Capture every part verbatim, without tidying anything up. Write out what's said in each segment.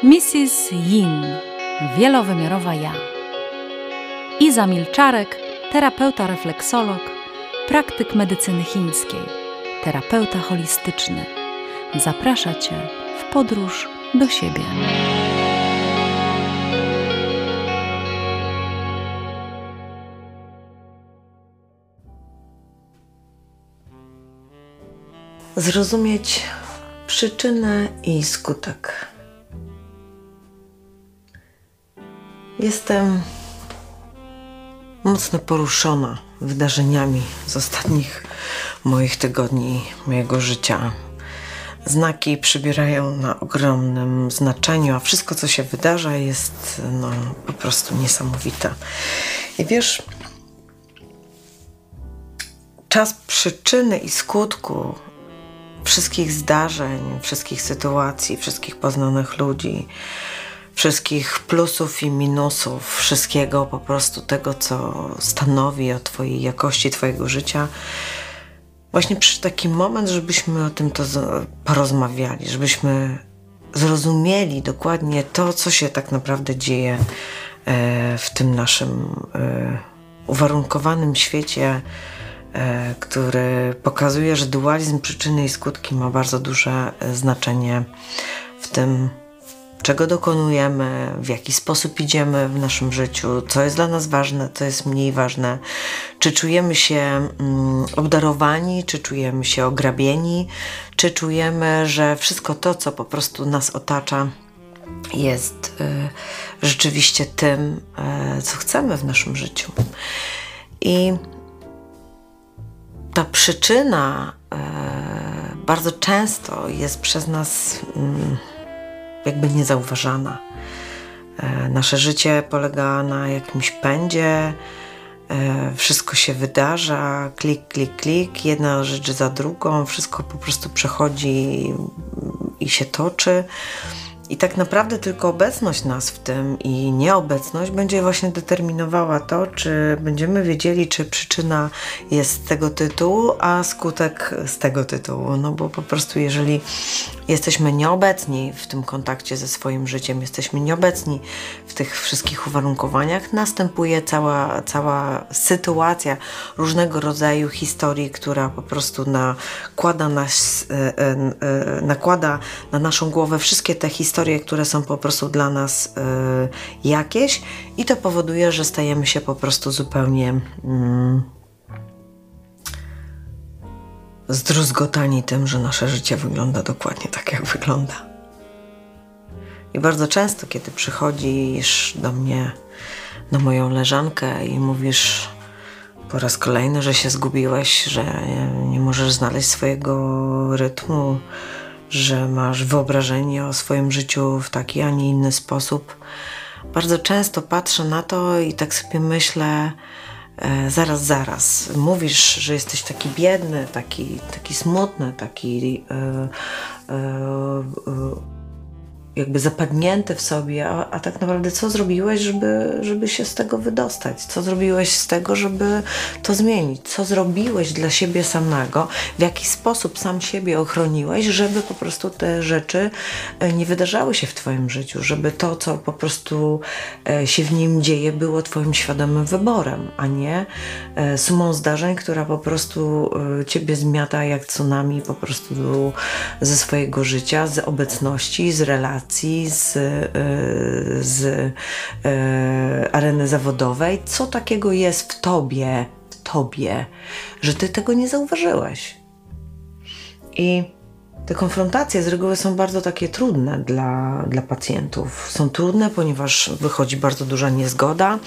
missus Yin, wielowymiarowa ja. Iza Milczarek, terapeuta refleksolog, praktyk medycyny chińskiej, terapeuta holistyczny. Zaprasza Cię w podróż do siebie. Zrozumieć przyczynę i skutek. Jestem mocno poruszona wydarzeniami z ostatnich moich tygodni, mojego życia. Znaki przybierają na ogromnym znaczeniu, a wszystko, co się wydarza, jest no, po prostu niesamowite. I wiesz, czas przyczyny i skutku wszystkich zdarzeń, wszystkich sytuacji, wszystkich poznanych ludzi, wszystkich plusów i minusów, wszystkiego po prostu tego, co stanowi o Twojej jakości Twojego życia. Właśnie przyszedł taki moment, żebyśmy o tym to porozmawiali, żebyśmy zrozumieli dokładnie to, co się tak naprawdę dzieje w tym naszym uwarunkowanym świecie, który pokazuje, że dualizm przyczyny i skutki ma bardzo duże znaczenie w tym, czego dokonujemy, w jaki sposób idziemy w naszym życiu, co jest dla nas ważne, co jest mniej ważne, czy czujemy się mm, obdarowani, czy czujemy się ograbieni, czy czujemy, że wszystko to, co po prostu nas otacza, jest y, rzeczywiście tym, y, co chcemy w naszym życiu. I ta przyczyna y, bardzo często jest przez nas y, jakby niezauważana. E, nasze życie polega na jakimś pędzie, e, wszystko się wydarza, klik, klik, klik, jedna rzecz za drugą, wszystko po prostu przechodzi i się toczy. I tak naprawdę tylko obecność nas w tym i nieobecność będzie właśnie determinowała to, czy będziemy wiedzieli, czy przyczyna jest z tego tytułu, a skutek z tego tytułu. No bo po prostu jeżeli jesteśmy nieobecni w tym kontakcie ze swoim życiem, jesteśmy nieobecni w tych wszystkich uwarunkowaniach, następuje cała, cała sytuacja różnego rodzaju historii, która po prostu nakłada, nas, nakłada na naszą głowę wszystkie te historie, Historie, które są po prostu dla nas y, jakieś, i to powoduje, że stajemy się po prostu zupełnie mm, zdruzgotani tym, że nasze życie wygląda dokładnie tak, jak wygląda. I bardzo często, kiedy przychodzisz do mnie na moją leżankę i mówisz po raz kolejny, że się zgubiłeś, że nie możesz znaleźć swojego rytmu, że masz wyobrażenie o swoim życiu w taki, a nie inny sposób. Bardzo często patrzę na to i tak sobie myślę, e, zaraz, zaraz, mówisz, że jesteś taki biedny, taki, taki smutny, taki e, e, e, jakby zapadnięty w sobie, a, a tak naprawdę co zrobiłeś, żeby, żeby się z tego wydostać? Co zrobiłeś z tego, żeby to zmienić? Co zrobiłeś dla siebie samego? W jaki sposób sam siebie ochroniłeś, żeby po prostu te rzeczy nie wydarzały się w Twoim życiu, żeby to, co po prostu się w nim dzieje, było Twoim świadomym wyborem, a nie sumą zdarzeń, która po prostu Ciebie zmiata jak tsunami po prostu ze swojego życia, z obecności, z relacji, z, z areny zawodowej. Co takiego jest w tobie, w tobie, że ty tego nie zauważyłeś? I te konfrontacje z reguły są bardzo takie trudne dla, dla pacjentów. Są trudne, ponieważ wychodzi bardzo duża niezgoda.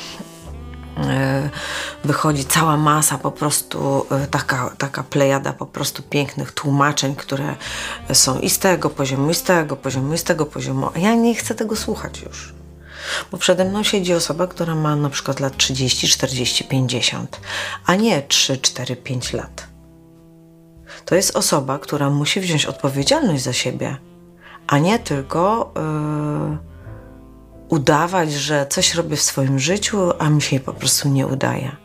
Wychodzi cała masa po prostu, taka, taka plejada po prostu pięknych tłumaczeń, które są i z tego poziomu, i z tego poziomu, i z tego poziomu, a ja nie chcę tego słuchać już. Bo przede mną siedzi osoba, która ma na przykład lat trzydzieści, czterdzieści, pięćdziesiąt, a nie trzy, cztery, pięć lat. To jest osoba, która musi wziąć odpowiedzialność za siebie, a nie tylko yy, udawać, że coś robię w swoim życiu, a mi się po prostu nie udaje.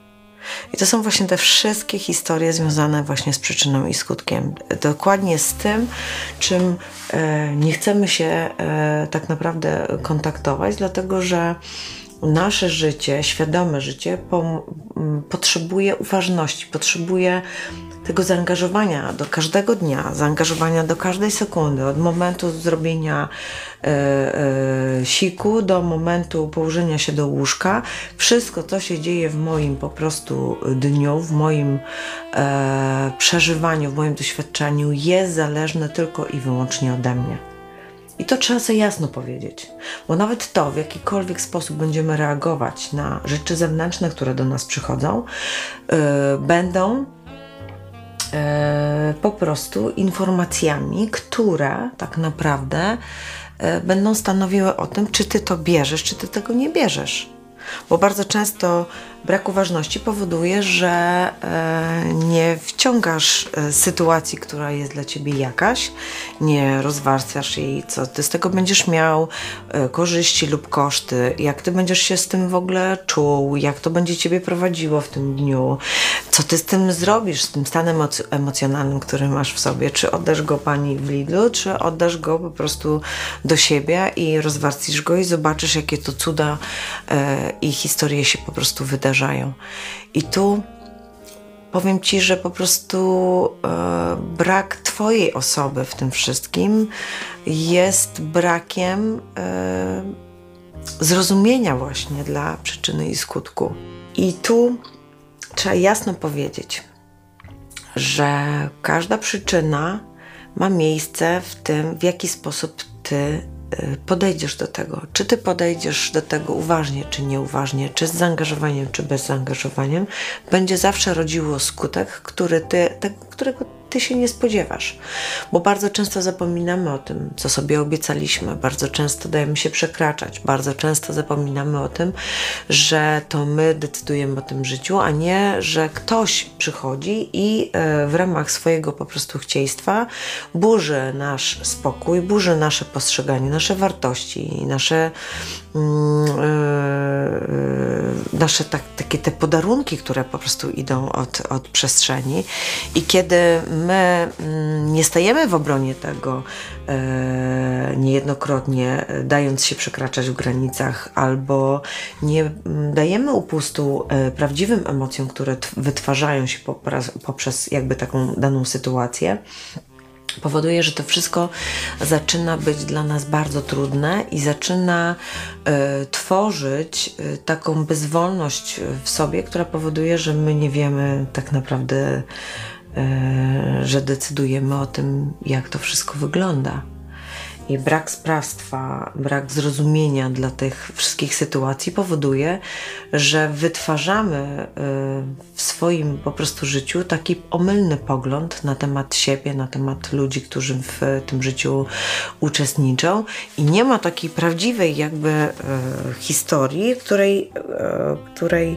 I to są właśnie te wszystkie historie związane właśnie z przyczyną i skutkiem. Dokładnie z tym, czym e, nie chcemy się e, tak naprawdę kontaktować, dlatego że nasze życie, świadome życie po, m, potrzebuje uważności, potrzebuje tego zaangażowania do każdego dnia, zaangażowania do każdej sekundy, od momentu zrobienia e, e, siku do momentu położenia się do łóżka. Wszystko, co się dzieje w moim po prostu dniu, w moim e, przeżywaniu, w moim doświadczeniu jest zależne tylko i wyłącznie ode mnie. I to trzeba sobie jasno powiedzieć, bo nawet to, w jakikolwiek sposób będziemy reagować na rzeczy zewnętrzne, które do nas przychodzą, yy, będą yy, po prostu informacjami, które tak naprawdę yy, będą stanowiły o tym, czy ty to bierzesz, czy ty tego nie bierzesz. Bo bardzo często brak uważności powoduje, że e, nie wciągasz e, sytuacji, która jest dla ciebie jakaś, nie rozwarstwiasz jej, co ty z tego będziesz miał, e, korzyści lub koszty, jak ty będziesz się z tym w ogóle czuł, jak to będzie ciebie prowadziło w tym dniu, co ty z tym zrobisz, z tym stanem emoc- emocjonalnym, który masz w sobie, czy oddasz go pani w Lidlu, czy oddasz go po prostu do siebie i rozwarstwisz go i zobaczysz, jakie to cuda e, i historie się po prostu wydarzają. I tu powiem ci, że po prostu e, brak twojej osoby w tym wszystkim jest brakiem e, zrozumienia właśnie dla przyczyny i skutku. I tu trzeba jasno powiedzieć, że każda przyczyna ma miejsce w tym, w jaki sposób ty podejdziesz do tego. Czy ty podejdziesz do tego uważnie, czy nieuważnie, czy z zaangażowaniem, czy bez zaangażowania, będzie zawsze rodziło skutek, który ty, te, którego ty się nie spodziewasz. Bo bardzo często zapominamy o tym, co sobie obiecaliśmy, bardzo często dajemy się przekraczać, bardzo często zapominamy o tym, że to my decydujemy o tym życiu, a nie, że ktoś przychodzi i w ramach swojego po prostu chcieństwa burzy nasz spokój, burzy nasze postrzeganie, nasze wartości, nasze Yy, nasze tak, takie te podarunki, które po prostu idą od, od przestrzeni i kiedy my nie stajemy w obronie tego yy, niejednokrotnie, dając się przekraczać w granicach albo nie dajemy upustu yy, prawdziwym emocjom, które t- wytwarzają się poprzez, poprzez jakby taką daną sytuację, powoduje, że to wszystko zaczyna być dla nas bardzo trudne i zaczyna y, tworzyć y, taką bezwolność w sobie, która powoduje, że my nie wiemy tak naprawdę, y, że decydujemy o tym, jak to wszystko wygląda. I brak sprawstwa, brak zrozumienia dla tych wszystkich sytuacji powoduje, że wytwarzamy w swoim po prostu życiu taki omylny pogląd na temat siebie, na temat ludzi, którzy w tym życiu uczestniczą i nie ma takiej prawdziwej jakby historii, której, której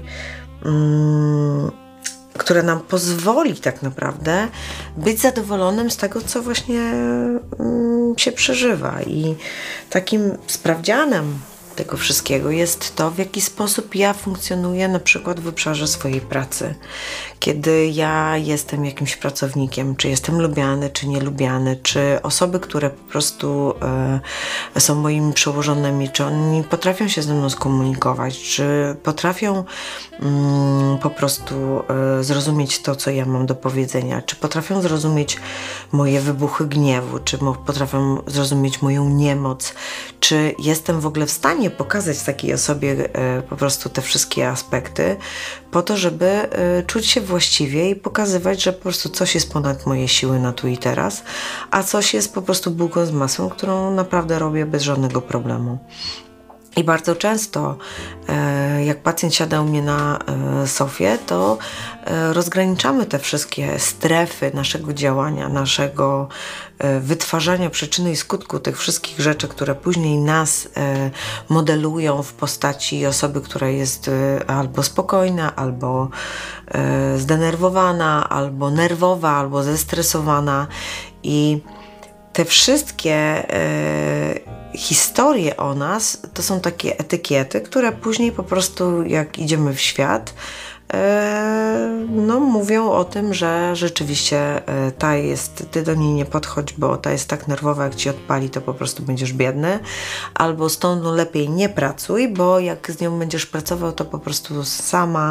um, która nam pozwoli tak naprawdę być zadowolonym z tego, co właśnie mm, się przeżywa. I takim sprawdzianem tego wszystkiego jest to, w jaki sposób ja funkcjonuję na przykład w obszarze swojej pracy. Kiedy ja jestem jakimś pracownikiem, czy jestem lubiany, czy nielubiany, czy osoby, które po prostu e, są moimi przełożonymi, czy oni potrafią się ze mną skomunikować, czy potrafią mm, po prostu e, zrozumieć to, co ja mam do powiedzenia, czy potrafią zrozumieć moje wybuchy gniewu, czy mo- potrafią zrozumieć moją niemoc, czy jestem w ogóle w stanie pokazać takiej osobie e, po prostu te wszystkie aspekty po to, żeby e, czuć się właściwie i pokazywać, że po prostu coś jest ponad moje siły na tu i teraz, a coś jest po prostu bułką z masłem, którą naprawdę robię bez żadnego problemu. I bardzo często, jak pacjent siada u mnie na sofie, to rozgraniczamy te wszystkie strefy naszego działania, naszego wytwarzania przyczyny i skutku tych wszystkich rzeczy, które później nas modelują w postaci osoby, która jest albo spokojna, albo zdenerwowana, albo nerwowa, albo zestresowana. I te wszystkie historie o nas to są takie etykiety, które później po prostu jak idziemy w świat, no, mówią o tym, że rzeczywiście ta jest, ty do niej nie podchodź, bo ta jest tak nerwowa, jak ci odpali, to po prostu będziesz biedny, albo z tą lepiej nie pracuj, bo jak z nią będziesz pracował, to po prostu sama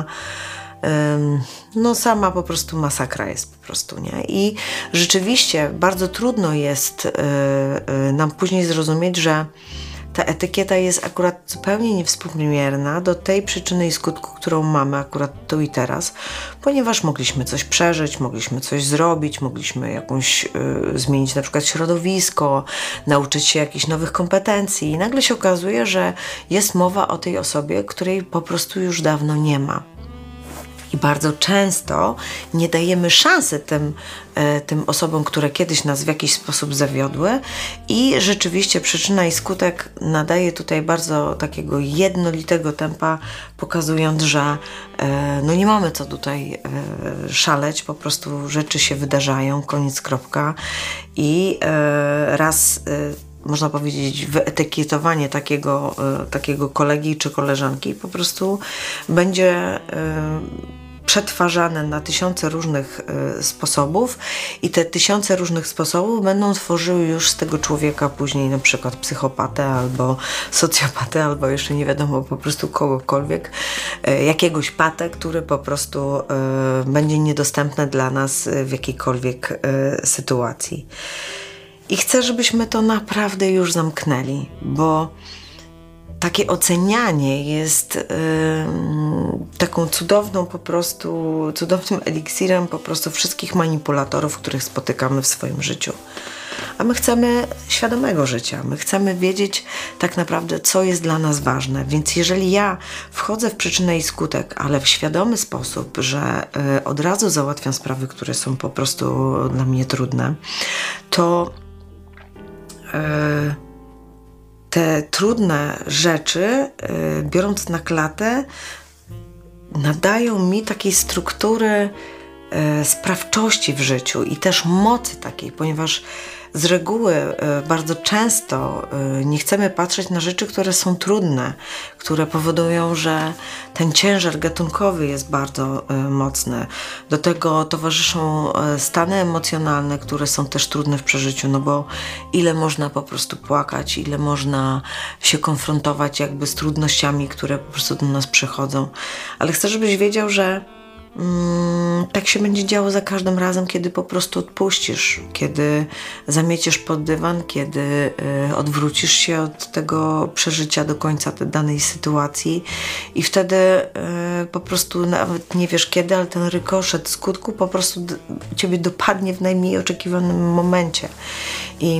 no sama po prostu masakra jest po prostu, nie? I rzeczywiście bardzo trudno jest nam później zrozumieć, że ta etykieta jest akurat zupełnie niewspółmierna do tej przyczyny i skutku, którą mamy akurat tu i teraz, ponieważ mogliśmy coś przeżyć, mogliśmy coś zrobić, mogliśmy jakąś y, zmienić na przykład środowisko, nauczyć się jakichś nowych kompetencji i nagle się okazuje, że jest mowa o tej osobie, której po prostu już dawno nie ma. I bardzo często nie dajemy szansy tym, e, tym osobom, które kiedyś nas w jakiś sposób zawiodły i rzeczywiście przyczyna i skutek nadaje tutaj bardzo takiego jednolitego tempa, pokazując, że e, no nie mamy co tutaj e, szaleć, po prostu rzeczy się wydarzają, koniec, kropka i e, raz e, można powiedzieć, wyetykietowanie takiego, y, takiego kolegi czy koleżanki po prostu będzie y, przetwarzane na tysiące różnych y, sposobów i te tysiące różnych sposobów będą tworzyły już z tego człowieka później na przykład psychopatę albo socjopatę, albo jeszcze nie wiadomo po prostu kogokolwiek, y, jakiegoś patę, który po prostu y, będzie niedostępny dla nas w jakiejkolwiek y, sytuacji. I chcę, żebyśmy to naprawdę już zamknęli, bo takie ocenianie jest yy, taką cudowną po prostu, cudownym eliksirem po prostu wszystkich manipulatorów, których spotykamy w swoim życiu. A my chcemy świadomego życia, my chcemy wiedzieć tak naprawdę, co jest dla nas ważne. Więc jeżeli ja wchodzę w przyczynę i skutek, ale w świadomy sposób, że yy, od razu załatwiam sprawy, które są po prostu dla mnie trudne, to te trudne rzeczy, biorąc na klatę, nadają mi takiej struktury sprawczości w życiu i też mocy takiej, ponieważ z reguły bardzo często nie chcemy patrzeć na rzeczy, które są trudne, które powodują, że ten ciężar gatunkowy jest bardzo mocny. Do tego towarzyszą stany emocjonalne, które są też trudne w przeżyciu, no bo ile można po prostu płakać, ile można się konfrontować jakby z trudnościami, które po prostu do nas przychodzą. Ale chcę, żebyś wiedział, że Mm, tak się będzie działo za każdym razem, kiedy po prostu odpuścisz, kiedy zamieciesz pod dywan, kiedy y, odwrócisz się od tego przeżycia do końca tej danej sytuacji i wtedy y, po prostu nawet nie wiesz kiedy, ale ten rykoszet skutku po prostu d- ciebie dopadnie w najmniej oczekiwanym momencie. I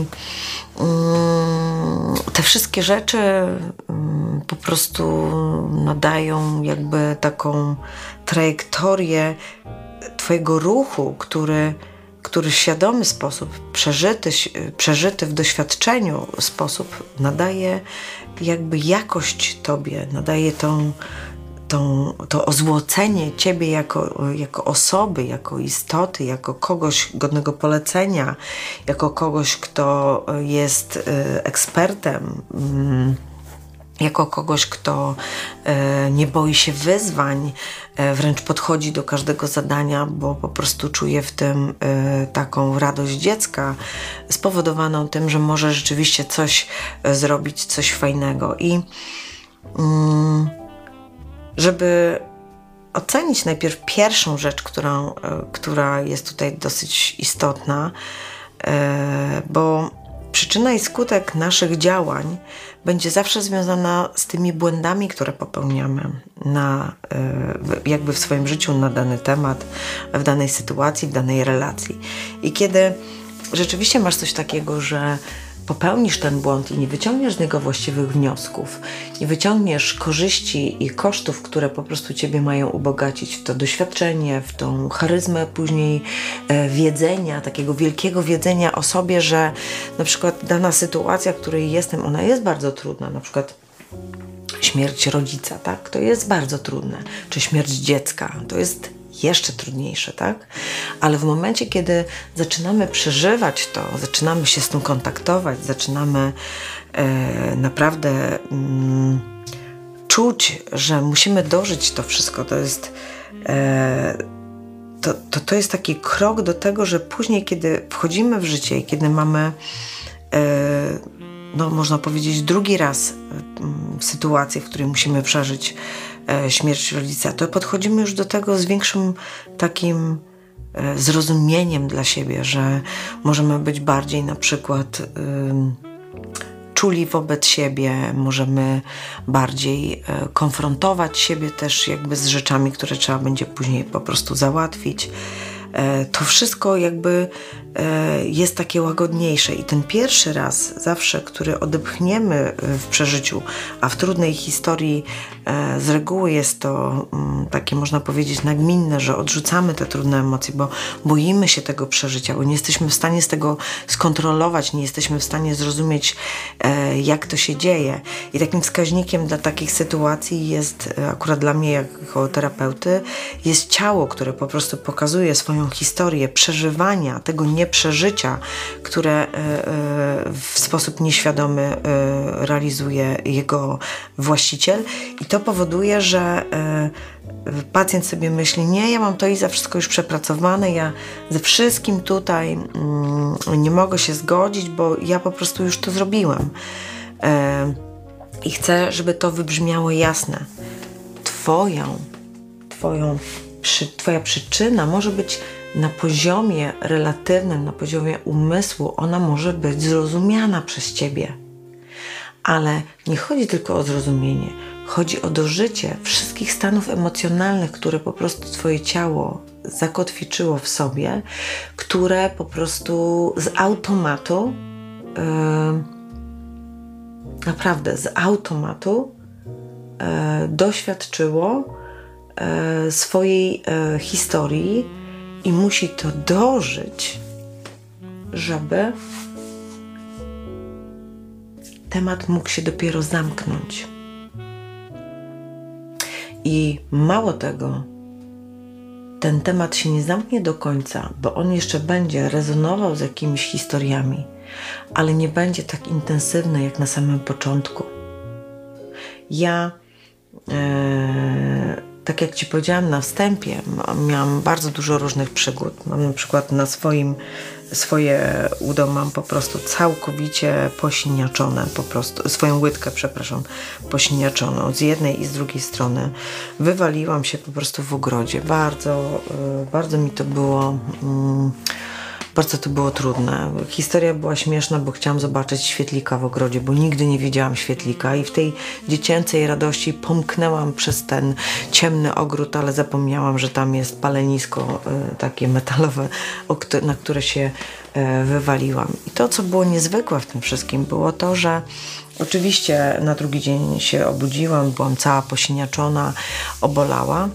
y, te wszystkie rzeczy y, po prostu nadają jakby taką trajektorię twojego ruchu, który, który w świadomy sposób, przeżyty, przeżyty w doświadczeniu sposób nadaje jakby jakość tobie, nadaje tą, tą, to ozłocenie ciebie jako, jako osoby, jako istoty, jako kogoś godnego polecenia, jako kogoś, kto jest ekspertem, jako kogoś, kto e, nie boi się wyzwań, e, wręcz podchodzi do każdego zadania, bo po prostu czuje w tym e, taką radość dziecka spowodowaną tym, że może rzeczywiście coś e, zrobić, coś fajnego. I mm, żeby ocenić najpierw pierwszą rzecz, którą, e, która jest tutaj dosyć istotna, e, bo przyczyna i skutek naszych działań będzie zawsze związana z tymi błędami, które popełniamy na, jakby w swoim życiu na dany temat, w danej sytuacji, w danej relacji. I kiedy rzeczywiście masz coś takiego, że popełnisz ten błąd i nie wyciągniesz z niego właściwych wniosków, nie wyciągniesz korzyści i kosztów, które po prostu ciebie mają ubogacić w to doświadczenie, w tą charyzmę później e, wiedzenia, takiego wielkiego wiedzenia o sobie, że na przykład dana sytuacja, w której jestem, ona jest bardzo trudna, na przykład śmierć rodzica, tak? To jest bardzo trudne, czy śmierć dziecka, to jest jeszcze trudniejsze, tak? Ale w momencie, kiedy zaczynamy przeżywać to, zaczynamy się z tym kontaktować, zaczynamy e, naprawdę mm, czuć, że musimy dożyć to wszystko, to jest to, to, to jest taki krok do tego, że później, kiedy wchodzimy w życie i kiedy mamy, no można powiedzieć, drugi raz sytuację, w której musimy przeżyć śmierć rodzica, to podchodzimy już do tego z większym takim zrozumieniem dla siebie, że możemy być bardziej na przykład czuli wobec siebie, możemy bardziej konfrontować siebie też jakby z rzeczami, które trzeba będzie później po prostu załatwić. To wszystko jakby jest takie łagodniejsze i ten pierwszy raz zawsze, który odepchniemy w przeżyciu, a w trudnej historii z reguły jest to takie, można powiedzieć, nagminne, że odrzucamy te trudne emocje, bo boimy się tego przeżycia, bo nie jesteśmy w stanie z tego skontrolować, nie jesteśmy w stanie zrozumieć, jak to się dzieje. I takim wskaźnikiem dla takich sytuacji jest, akurat dla mnie jako terapeuty, jest ciało, które po prostu pokazuje swoją historię przeżywania, tego nieprzeżycia, które w sposób nieświadomy realizuje jego właściciel. I to powoduje, że pacjent sobie myśli, nie, ja mam to i za wszystko już przepracowane, ja ze wszystkim tutaj mm, nie mogę się zgodzić, bo ja po prostu już to zrobiłem. I chcę, żeby to wybrzmiało jasne. Twoją, twoją, przy, twoja przyczyna może być na poziomie relatywnym, na poziomie umysłu, ona może być zrozumiana przez ciebie. Ale nie chodzi tylko o zrozumienie, chodzi o dożycie wszystkich stanów emocjonalnych, które po prostu twoje ciało zakotwiczyło w sobie, które po prostu z automatu, yy, naprawdę z automatu yy, doświadczyło yy, swojej yy, historii i musi to dożyć, żeby temat mógł się dopiero zamknąć. I mało tego, ten temat się nie zamknie do końca, bo on jeszcze będzie rezonował z jakimiś historiami, ale nie będzie tak intensywny jak na samym początku. Ja, e, tak jak Ci powiedziałam na wstępie, miałam bardzo dużo różnych przygód. Mam na przykład na swoim swoje udo mam po prostu całkowicie posiniaczone, po prostu, swoją łydkę, przepraszam, posiniaczoną z jednej i z drugiej strony. Wywaliłam się po prostu w ogrodzie. Bardzo, bardzo mi to było, bardzo to było trudne. Historia była śmieszna, bo chciałam zobaczyć świetlika w ogrodzie, bo nigdy nie widziałam świetlika i w tej dziecięcej radości pomknęłam przez ten ciemny ogród, ale zapomniałam, że tam jest palenisko y, takie metalowe, na które się y, wywaliłam. I to, co było niezwykłe w tym wszystkim, było to, że oczywiście na drugi dzień się obudziłam, byłam cała posiniaczona, obolała.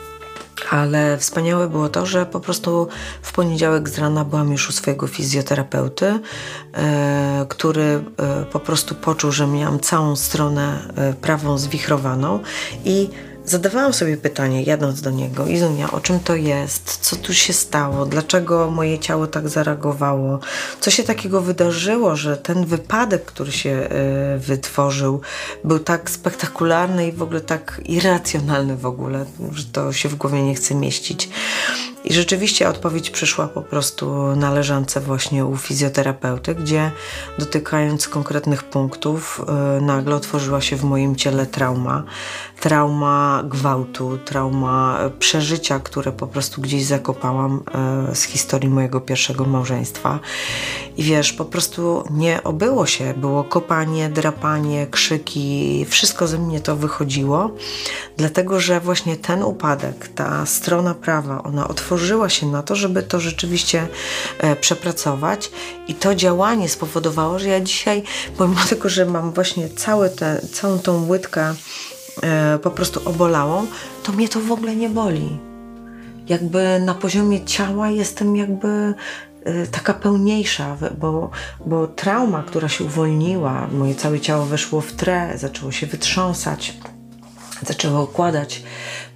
Ale wspaniałe było to, że po prostu w poniedziałek z rana byłam już u swojego fizjoterapeuty, e, który e, po prostu poczuł, że miałam całą stronę e, prawą zwichrowaną i zadawałam sobie pytanie, jadąc do niego: Izunia, o czym to jest? Co tu się stało? Dlaczego moje ciało tak zareagowało? Co się takiego wydarzyło, że ten wypadek, który się y, wytworzył, był tak spektakularny i w ogóle tak irracjonalny w ogóle, że to się w głowie nie chce mieścić. I rzeczywiście odpowiedź przyszła po prostu na leżance właśnie u fizjoterapeuty, gdzie dotykając konkretnych punktów yy, nagle otworzyła się w moim ciele trauma. Trauma gwałtu, trauma przeżycia, które po prostu gdzieś zakopałam yy, z historii mojego pierwszego małżeństwa. I wiesz, po prostu nie obyło się. Było kopanie, drapanie, krzyki, wszystko ze mnie to wychodziło, dlatego że właśnie ten upadek, ta strona prawa, ona otworzyła się na to, żeby to rzeczywiście e, przepracować i to działanie spowodowało, że ja dzisiaj, pomimo tego, że mam właśnie całe te, całą tą łydkę e, po prostu obolałą, to mnie to w ogóle nie boli. Jakby na poziomie ciała jestem jakby taka pełniejsza, bo, bo trauma, która się uwolniła, moje całe ciało weszło w trę, zaczęło się wytrząsać, zaczęło okładać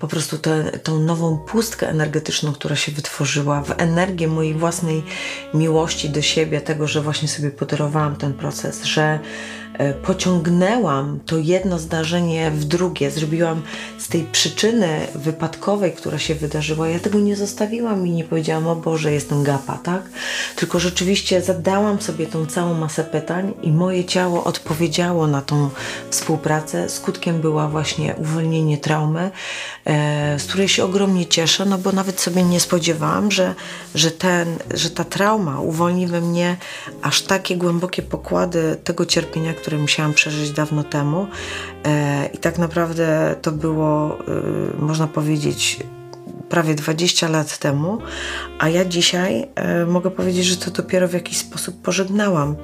po prostu tę, tą nową pustkę energetyczną, która się wytworzyła, w energię mojej własnej miłości do siebie, tego, że właśnie sobie podarowałam ten proces, że pociągnęłam to jedno zdarzenie w drugie, zrobiłam z tej przyczyny wypadkowej, która się wydarzyła, ja tego nie zostawiłam i nie powiedziałam, o Boże, jestem gapa, tak? Tylko rzeczywiście zadałam sobie tą całą masę pytań i moje ciało odpowiedziało na tą współpracę. Skutkiem była właśnie uwolnienie traumy, e, z której się ogromnie cieszę, no bo nawet sobie nie spodziewałam, że, że, ten, że ta trauma uwolni we mnie aż takie głębokie pokłady tego cierpienia, które musiałam przeżyć dawno temu. E, I tak naprawdę to było, e, można powiedzieć, prawie dwadzieścia lat temu, a ja dzisiaj e, mogę powiedzieć, że to dopiero w jakiś sposób pożegnałam.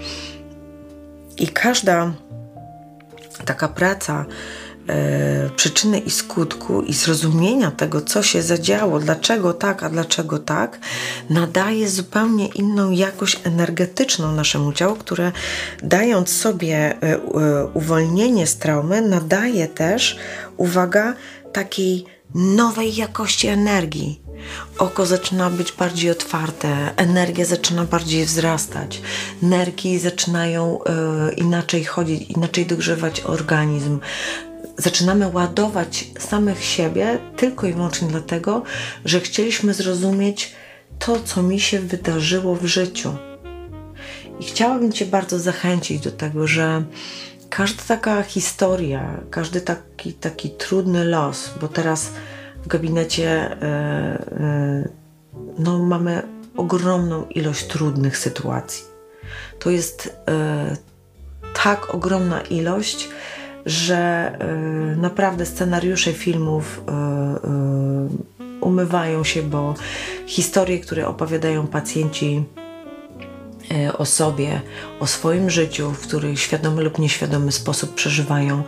I każda taka praca e, przyczyny i skutku i zrozumienia tego, co się zadziało, dlaczego tak, a dlaczego tak, nadaje zupełnie inną jakość energetyczną naszemu ciału, które dając sobie e, e, uwolnienie z traumy, nadaje też, uwaga, takiej nowej jakości energii. Oko zaczyna być bardziej otwarte, energia zaczyna bardziej wzrastać, nerki zaczynają e, inaczej chodzić, inaczej dogrzewać organizm. Zaczynamy ładować samych siebie tylko i wyłącznie dlatego, że chcieliśmy zrozumieć to, co mi się wydarzyło w życiu. I chciałabym Cię bardzo zachęcić do tego, że każda taka historia, każdy taki, taki trudny los, bo teraz w gabinecie yy, yy, no, mamy ogromną ilość trudnych sytuacji. To jest yy, tak ogromna ilość, że yy, naprawdę scenariusze filmów yy, yy, umywają się, bo historie, które opowiadają pacjenci o sobie, o swoim życiu, w których w świadomy lub nieświadomy sposób przeżywają,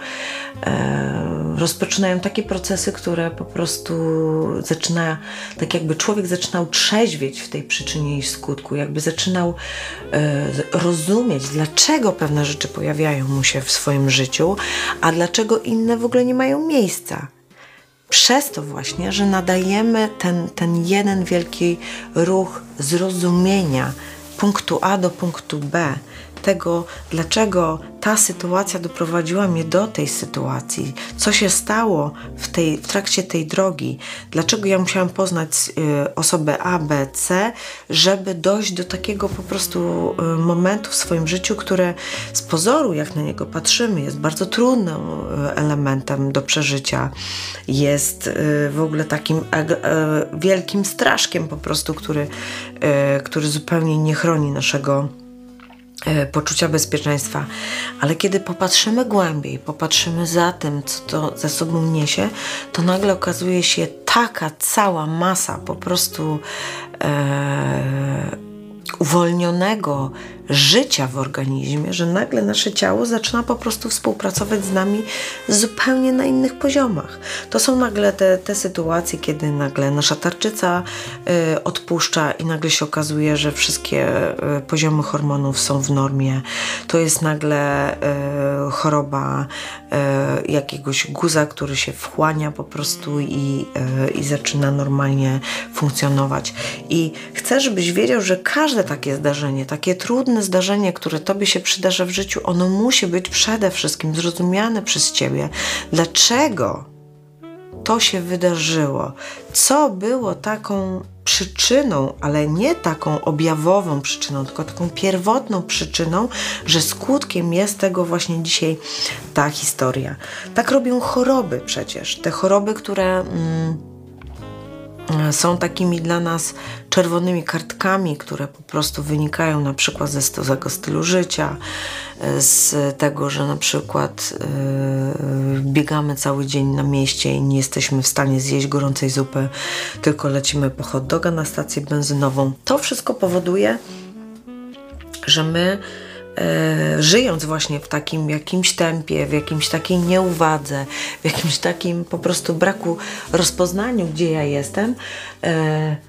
e, rozpoczynają takie procesy, które po prostu zaczyna, tak jakby człowiek zaczynał trzeźwieć w tej przyczynie i skutku, jakby zaczynał e, rozumieć, dlaczego pewne rzeczy pojawiają mu się w swoim życiu, a dlaczego inne w ogóle nie mają miejsca. Przez to właśnie, że nadajemy ten, ten jeden wielki ruch zrozumienia punktu A do punktu B, tego, dlaczego ta sytuacja doprowadziła mnie do tej sytuacji, co się stało w, tej, w trakcie tej drogi, dlaczego ja musiałam poznać y, osobę A, B, C, żeby dojść do takiego po prostu y, momentu w swoim życiu, które z pozoru, jak na niego patrzymy, jest bardzo trudnym y, elementem do przeżycia, jest y, w ogóle takim y, y, wielkim straszkiem po prostu, który, y, który zupełnie nie chroni naszego poczucia bezpieczeństwa, ale kiedy popatrzymy głębiej, popatrzymy za tym, co to ze sobą niesie, to nagle okazuje się taka cała masa po prostu e, uwolnionego życia w organizmie, że nagle nasze ciało zaczyna po prostu współpracować z nami zupełnie na innych poziomach. To są nagle te, te sytuacje, kiedy nagle nasza tarczyca y, odpuszcza i nagle się okazuje, że wszystkie y, poziomy hormonów są w normie. To jest nagle y, choroba y, jakiegoś guza, który się wchłania po prostu i, y, i zaczyna normalnie funkcjonować. I chcę, żebyś wiedział, że każde takie zdarzenie, takie trudne zdarzenie, które Tobie się przydarza w życiu, ono musi być przede wszystkim zrozumiane przez Ciebie. Dlaczego to się wydarzyło? Co było taką przyczyną, ale nie taką objawową przyczyną, tylko taką pierwotną przyczyną, że skutkiem jest tego właśnie dzisiaj ta historia. Tak robią choroby przecież. Te choroby, które mm, są takimi dla nas czerwonymi kartkami, które po prostu wynikają na przykład ze złego stylu życia, z tego, że na przykład yy, biegamy cały dzień na mieście i nie jesteśmy w stanie zjeść gorącej zupy, tylko lecimy po hot doga na stację benzynową. To wszystko powoduje, że my E, żyjąc właśnie w takim jakimś tempie, w jakimś takiej nieuwadze, w jakimś takim po prostu braku rozpoznaniu, gdzie ja jestem, e,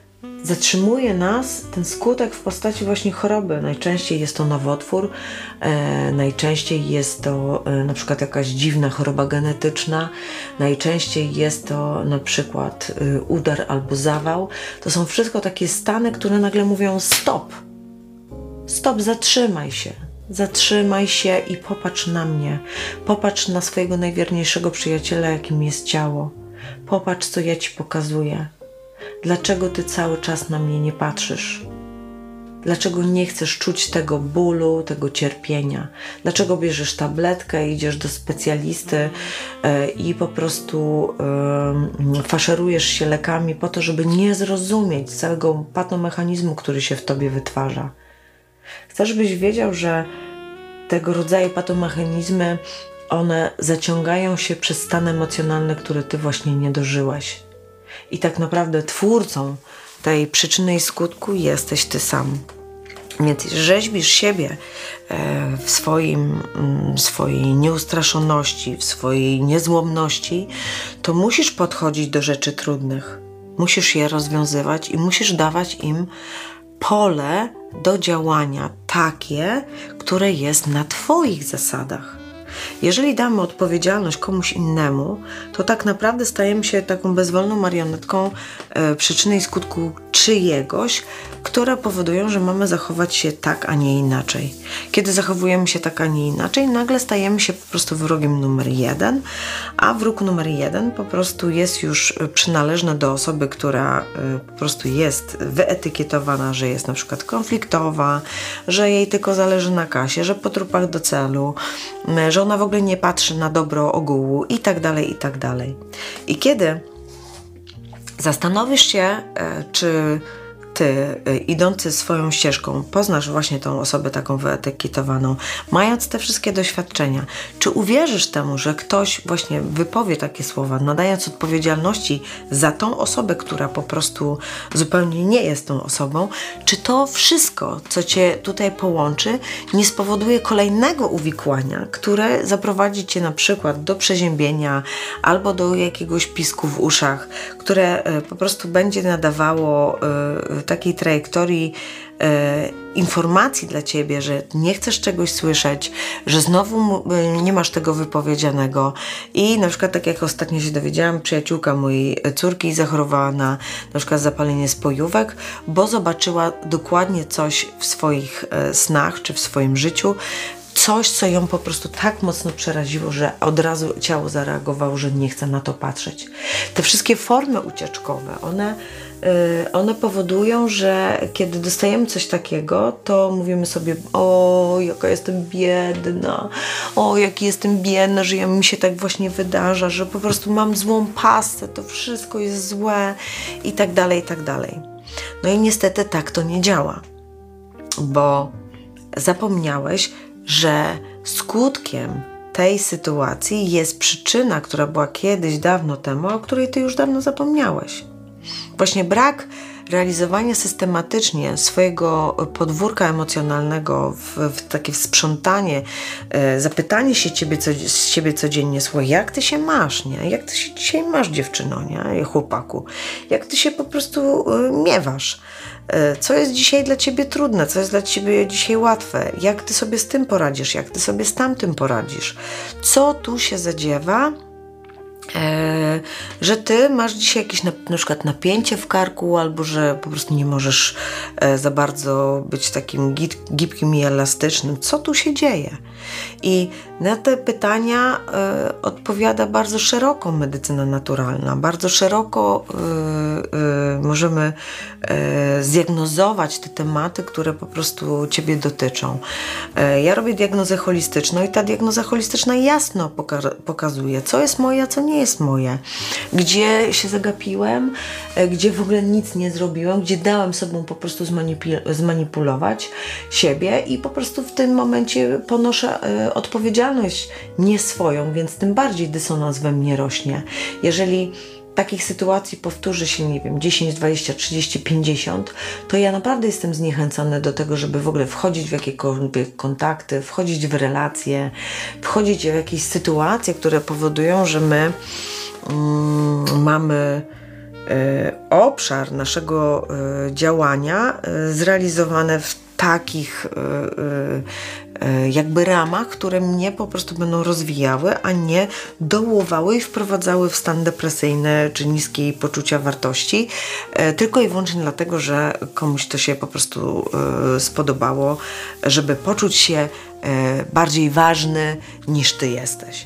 zatrzymuje nas ten skutek w postaci właśnie choroby. Najczęściej jest to nowotwór, e, najczęściej jest to e, na przykład jakaś dziwna choroba genetyczna, najczęściej jest to na przykład e, udar albo zawał. To są wszystko takie stany, które nagle mówią stop, stop, zatrzymaj się. Zatrzymaj się i popatrz na mnie. Popatrz na swojego najwierniejszego przyjaciela, jakim jest ciało. Popatrz, co ja ci pokazuję. Dlaczego ty cały czas na mnie nie patrzysz? Dlaczego nie chcesz czuć tego bólu, tego cierpienia? Dlaczego bierzesz tabletkę, idziesz do specjalisty yy, i po prostu yy, faszerujesz się lekami po to, żeby nie zrozumieć całego patomechanizmu, który się w tobie wytwarza? Chcę, żebyś wiedział, że tego rodzaju patomechanizmy, one zaciągają się przez stan emocjonalny, który ty właśnie nie dożyłeś. I tak naprawdę twórcą tej przyczyny i skutku jesteś ty sam. Więc rzeźbisz siebie w swoim, swojej nieustraszoności, w swojej niezłomności, to musisz podchodzić do rzeczy trudnych. Musisz je rozwiązywać i musisz dawać im pole do działania takie, które jest na twoich zasadach. Jeżeli damy odpowiedzialność komuś innemu, to tak naprawdę stajemy się taką bezwolną marionetką e, przyczyny i skutku czyjegoś, które powodują, że mamy zachować się tak, a nie inaczej. Kiedy zachowujemy się tak, a nie inaczej, nagle stajemy się po prostu wrogiem numer jeden, a wróg numer jeden po prostu jest już przynależny do osoby, która e, po prostu jest wyetykietowana, że jest na przykład konfliktowa, że jej tylko zależy na kasie, że po trupach do celu, że ona w ogóle nie patrzy na dobro ogółu i tak dalej, i tak dalej. I kiedy zastanowisz się, czy ty, idący swoją ścieżką, poznasz właśnie tą osobę taką wyetykietowaną, mając te wszystkie doświadczenia, czy uwierzysz temu, że ktoś właśnie wypowie takie słowa, nadając odpowiedzialności za tą osobę, która po prostu zupełnie nie jest tą osobą, czy to wszystko, co cię tutaj połączy, nie spowoduje kolejnego uwikłania, które zaprowadzi cię na przykład do przeziębienia albo do jakiegoś pisku w uszach, które po prostu będzie nadawało takiej trajektorii e, informacji dla ciebie, że nie chcesz czegoś słyszeć, że znowu nie masz tego wypowiedzianego i na przykład tak jak ostatnio się dowiedziałam, przyjaciółka mojej córki zachorowała na na przykład zapalenie spojówek, bo zobaczyła dokładnie coś w swoich e, snach czy w swoim życiu, coś, co ją po prostu tak mocno przeraziło, że od razu ciało zareagowało, że nie chce na to patrzeć. Te wszystkie formy ucieczkowe, one one powodują, że kiedy dostajemy coś takiego, to mówimy sobie, o, jaka jestem biedna, o, jaki jestem biedna, że mi się tak właśnie wydarza, że po prostu mam złą pasę, to wszystko jest złe i tak dalej, i tak dalej. No i niestety tak to nie działa, bo zapomniałeś, że skutkiem tej sytuacji jest przyczyna, która była kiedyś dawno temu, o której ty już dawno zapomniałeś. Właśnie brak realizowania systematycznie swojego podwórka emocjonalnego w, w takie sprzątanie, e, zapytanie się ciebie, co, z ciebie codziennie, słuchaj, jak ty się masz, nie? Jak ty się dzisiaj masz, dziewczyno, nie? Chłopaku? Jak ty się po prostu e, miewasz? E, co jest dzisiaj dla ciebie trudne? Co jest dla ciebie dzisiaj łatwe? Jak ty sobie z tym poradzisz? Jak ty sobie z tamtym poradzisz? Co tu się zadziewa? E, że ty masz dzisiaj jakieś na, na przykład napięcie w karku, albo że po prostu nie możesz e, za bardzo być takim gib, gibkim i elastycznym. Co tu się dzieje? I na te pytania e, odpowiada bardzo szeroko medycyna naturalna. Bardzo szeroko e, e, możemy e, zdiagnozować te tematy, które po prostu ciebie dotyczą. E, ja robię diagnozę holistyczną i ta diagnoza holistyczna jasno poka- pokazuje, co jest moje, a co nie jest moje. Gdzie się zagapiłem, e, gdzie w ogóle nic nie zrobiłem, gdzie dałem sobą po prostu zmanipul- zmanipulować siebie i po prostu w tym momencie ponoszę e, odpowiedzialność nie swoją, więc tym bardziej dysonans we mnie rośnie. Jeżeli takich sytuacji powtórzy się, nie wiem, dziesięć, dwadzieścia, trzydzieści, pięćdziesiąt, to ja naprawdę jestem zniechęcony do tego, żeby w ogóle wchodzić w jakiekolwiek kontakty, wchodzić w relacje, wchodzić w jakieś sytuacje, które powodują, że my mm, mamy obszar naszego działania zrealizowane w takich jakby ramach, które mnie po prostu będą rozwijały, a nie dołowały i wprowadzały w stan depresyjny czy niskiej poczucia wartości, tylko i wyłącznie dlatego, że komuś to się po prostu spodobało, żeby poczuć się bardziej ważny niż ty jesteś.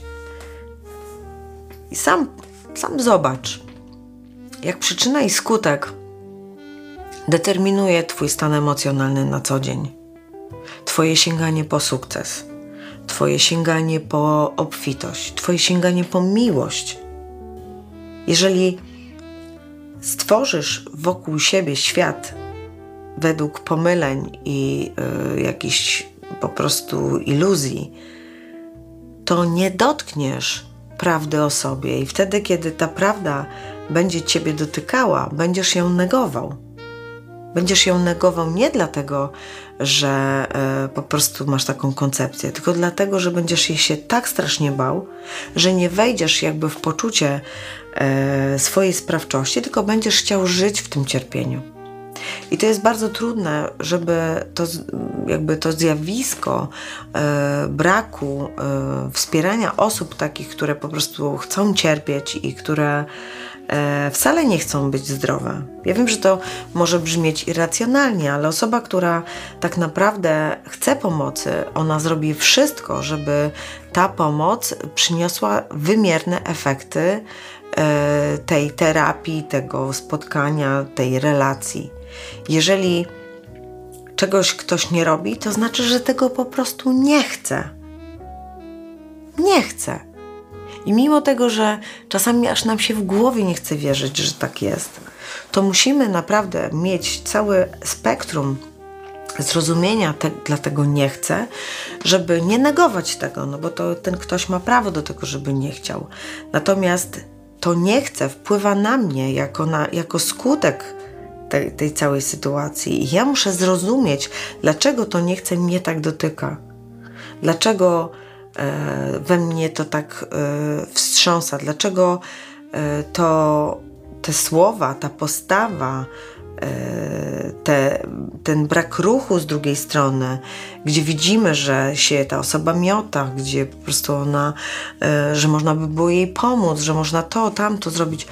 I sam, sam zobacz, jak przyczyna i skutek determinuje twój stan emocjonalny na co dzień. Twoje sięganie po sukces, twoje sięganie po obfitość, twoje sięganie po miłość. Jeżeli stworzysz wokół siebie świat według pomyleń i y, jakichś po prostu iluzji, to nie dotkniesz prawdy o sobie i wtedy, kiedy ta prawda będzie ciebie dotykała, będziesz ją negował. Będziesz ją negował nie dlatego, że y, po prostu masz taką koncepcję, tylko dlatego, że będziesz jej się tak strasznie bał, że nie wejdziesz jakby w poczucie y, swojej sprawczości, tylko będziesz chciał żyć w tym cierpieniu. I to jest bardzo trudne, żeby to, jakby to zjawisko y, braku y, wspierania osób takich, które po prostu chcą cierpieć i które y, wcale nie chcą być zdrowe. Ja wiem, że to może brzmieć irracjonalnie, ale osoba, która tak naprawdę chce pomocy, ona zrobi wszystko, żeby ta pomoc przyniosła wymierne efekty y, tej terapii, tego spotkania, tej relacji. Jeżeli czegoś ktoś nie robi, to znaczy, że tego po prostu nie chce. Nie chce. I mimo tego, że czasami aż nam się w głowie nie chce wierzyć, że tak jest, to musimy naprawdę mieć całe spektrum zrozumienia te, dla tego nie chcę, żeby nie negować tego, no bo to ten ktoś ma prawo do tego, żeby nie chciał. Natomiast to nie chcę wpływa na mnie jako, na, jako skutek tej, tej całej sytuacji. I ja muszę zrozumieć, dlaczego to nie chce mnie tak dotyka. Dlaczego e, we mnie to tak e, wstrząsa. Dlaczego e, to te słowa, ta postawa, e, te, ten brak ruchu z drugiej strony, gdzie widzimy, że się ta osoba miota, gdzie po prostu ona, e, że można by było jej pomóc, że można to, tamto zrobić.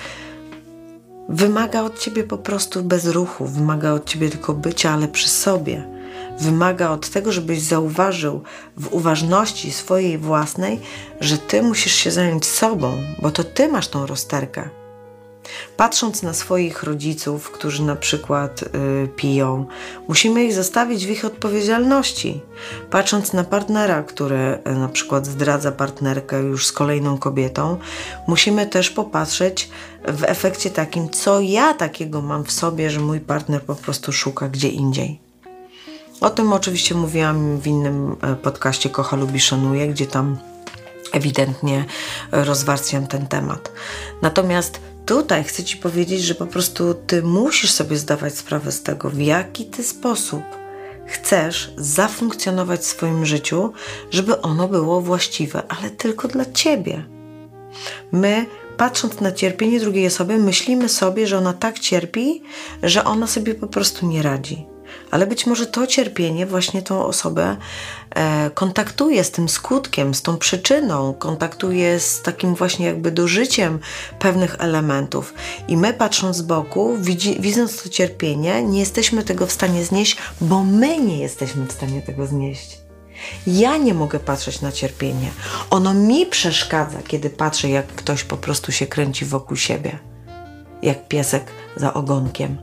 Wymaga od ciebie po prostu bezruchu, wymaga od ciebie tylko bycia, ale przy sobie. Wymaga od tego, żebyś zauważył w uważności swojej własnej, że ty musisz się zająć sobą, bo to ty masz tą rozterkę. Patrząc na swoich rodziców, którzy na przykład y, piją, musimy ich zostawić w ich odpowiedzialności. Patrząc na partnera, który y, na przykład zdradza partnerkę już z kolejną kobietą, musimy też popatrzeć w efekcie takim, co ja takiego mam w sobie, że mój partner po prostu szuka gdzie indziej. O tym oczywiście mówiłam w innym podcaście Kocha, lubi, szanuje, gdzie tam ewidentnie rozwarstwiam ten temat. Natomiast tutaj chcę ci powiedzieć, że po prostu ty musisz sobie zdawać sprawę z tego, w jaki ty sposób chcesz zafunkcjonować w swoim życiu, żeby ono było właściwe, ale tylko dla ciebie. My, patrząc na cierpienie drugiej osoby, myślimy sobie, że ona tak cierpi, że ona sobie po prostu nie radzi. Ale być może to cierpienie właśnie tą osobę e, kontaktuje z tym skutkiem, z tą przyczyną, kontaktuje z takim właśnie jakby dożyciem pewnych elementów. I my, patrząc z boku, widzi, widząc to cierpienie, nie jesteśmy tego w stanie znieść, bo my nie jesteśmy w stanie tego znieść. Ja nie mogę patrzeć na cierpienie. Ono mi przeszkadza, kiedy patrzę, jak ktoś po prostu się kręci wokół siebie, jak piesek za ogonkiem.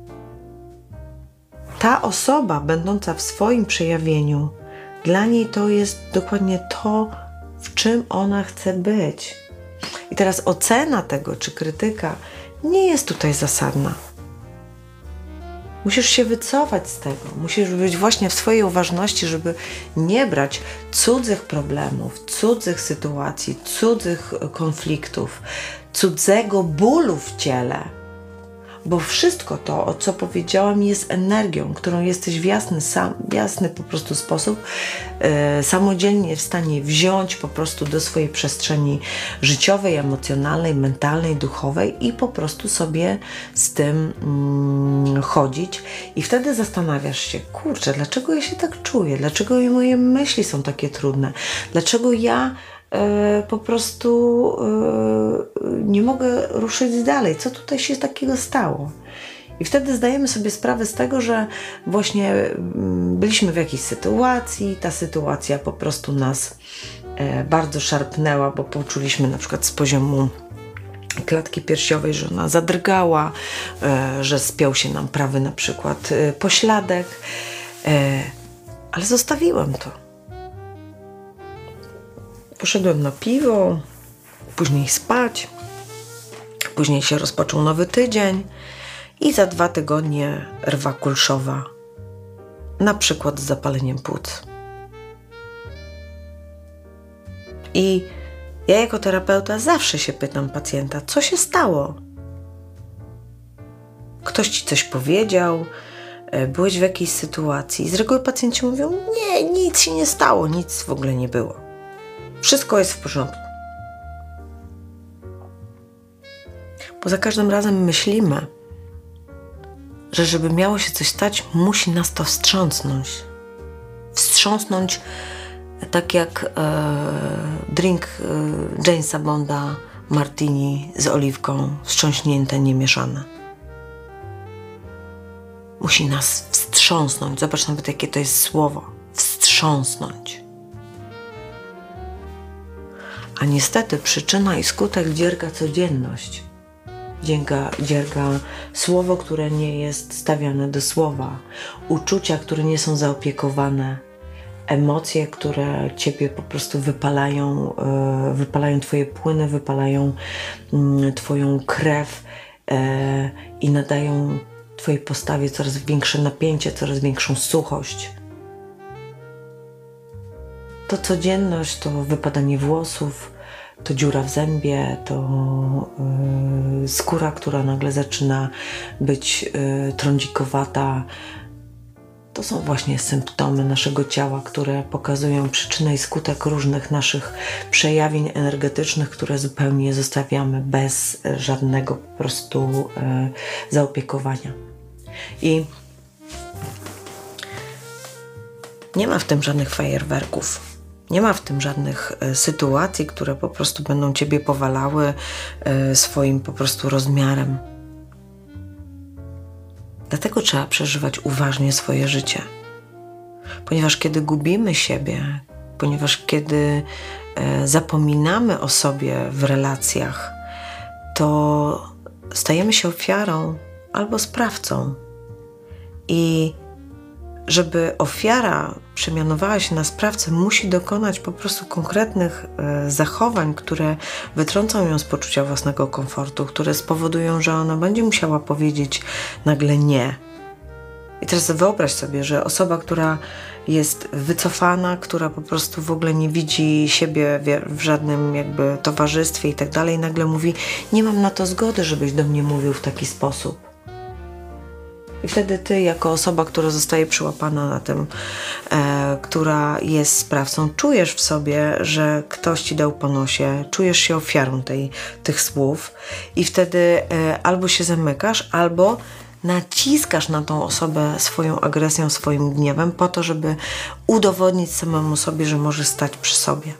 Ta osoba, będąca w swoim przejawieniu, dla niej to jest dokładnie to, w czym ona chce być. I teraz ocena tego, czy krytyka, nie jest tutaj zasadna. Musisz się wycofać z tego. Musisz być właśnie w swojej uważności, żeby nie brać cudzych problemów, cudzych sytuacji, cudzych konfliktów, cudzego bólu w ciele, bo wszystko to, o co powiedziałam, jest energią, którą jesteś w jasny, sam, jasny po prostu sposób e, samodzielnie w stanie wziąć po prostu do swojej przestrzeni życiowej, emocjonalnej, mentalnej, duchowej i po prostu sobie z tym mm, chodzić. I wtedy zastanawiasz się, kurczę, dlaczego ja się tak czuję? Dlaczego moje myśli są takie trudne? Dlaczego ja e, po prostu e, nie mogę ruszyć dalej? Co tutaj się takiego stało? I wtedy zdajemy sobie sprawę z tego, że właśnie byliśmy w jakiejś sytuacji, ta sytuacja po prostu nas e, bardzo szarpnęła, bo poczuliśmy na przykład z poziomu klatki piersiowej, że ona zadrgała, e, że spiął się nam prawy na przykład e, pośladek, e, ale zostawiłem to. Poszedłem na piwo, później spać, później się rozpoczął nowy tydzień i za dwa tygodnie rwa kulszowa, na przykład z zapaleniem płuc. I ja jako terapeuta zawsze się pytam pacjenta, co się stało? Ktoś ci coś powiedział, byłeś w jakiejś sytuacji. Z reguły pacjenci mówią, nie, nic się nie stało, nic w ogóle nie było. Wszystko jest w porządku. Bo za każdym razem myślimy, że żeby miało się coś stać, musi nas to wstrząsnąć. Wstrząsnąć tak jak e, drink e, Jamesa Bonda martini z oliwką, wstrząśnięte, niemieszane. Musi nas wstrząsnąć. Zobacz nawet, jakie to jest słowo. Wstrząsnąć. A niestety przyczyna i skutek dzierga codzienność. Dzierga, dzierga słowo, które nie jest stawiane do słowa. Uczucia, które nie są zaopiekowane. Emocje, które ciebie po prostu wypalają, yy, wypalają twoje płyny, wypalają yy, twoją krew yy, i nadają twojej postawie coraz większe napięcie, coraz większą suchość. To codzienność, to wypadanie włosów, to dziura w zębie, to yy, skóra, która nagle zaczyna być yy, trądzikowata. To są właśnie symptomy naszego ciała, które pokazują przyczynę i skutek różnych naszych przejawień energetycznych, które zupełnie zostawiamy bez żadnego po prostu e, zaopiekowania. I nie ma w tym żadnych fajerwerków. Nie ma w tym żadnych e, sytuacji, które po prostu będą ciebie powalały e, swoim po prostu rozmiarem. Dlatego trzeba przeżywać uważnie swoje życie. Ponieważ kiedy gubimy siebie, ponieważ kiedy e, zapominamy o sobie w relacjach, to stajemy się ofiarą albo sprawcą. I żeby ofiara przemianowała się na sprawcę, musi dokonać po prostu konkretnych e, zachowań, które wytrącą ją z poczucia własnego komfortu, które spowodują, że ona będzie musiała powiedzieć nagle nie. I teraz wyobraź sobie, że osoba, która jest wycofana, która po prostu w ogóle nie widzi siebie w żadnym jakby towarzystwie i tak dalej, nagle mówi, nie mam na to zgody, żebyś do mnie mówił w taki sposób. I wtedy ty, jako osoba, która zostaje przyłapana na tym, e, która jest sprawcą, czujesz w sobie, że ktoś ci dał po nosie, czujesz się ofiarą tej, tych słów i wtedy e, albo się zamykasz, albo naciskasz na tą osobę swoją agresją, swoim gniewem po to, żeby udowodnić samemu sobie, że możesz stać przy sobie.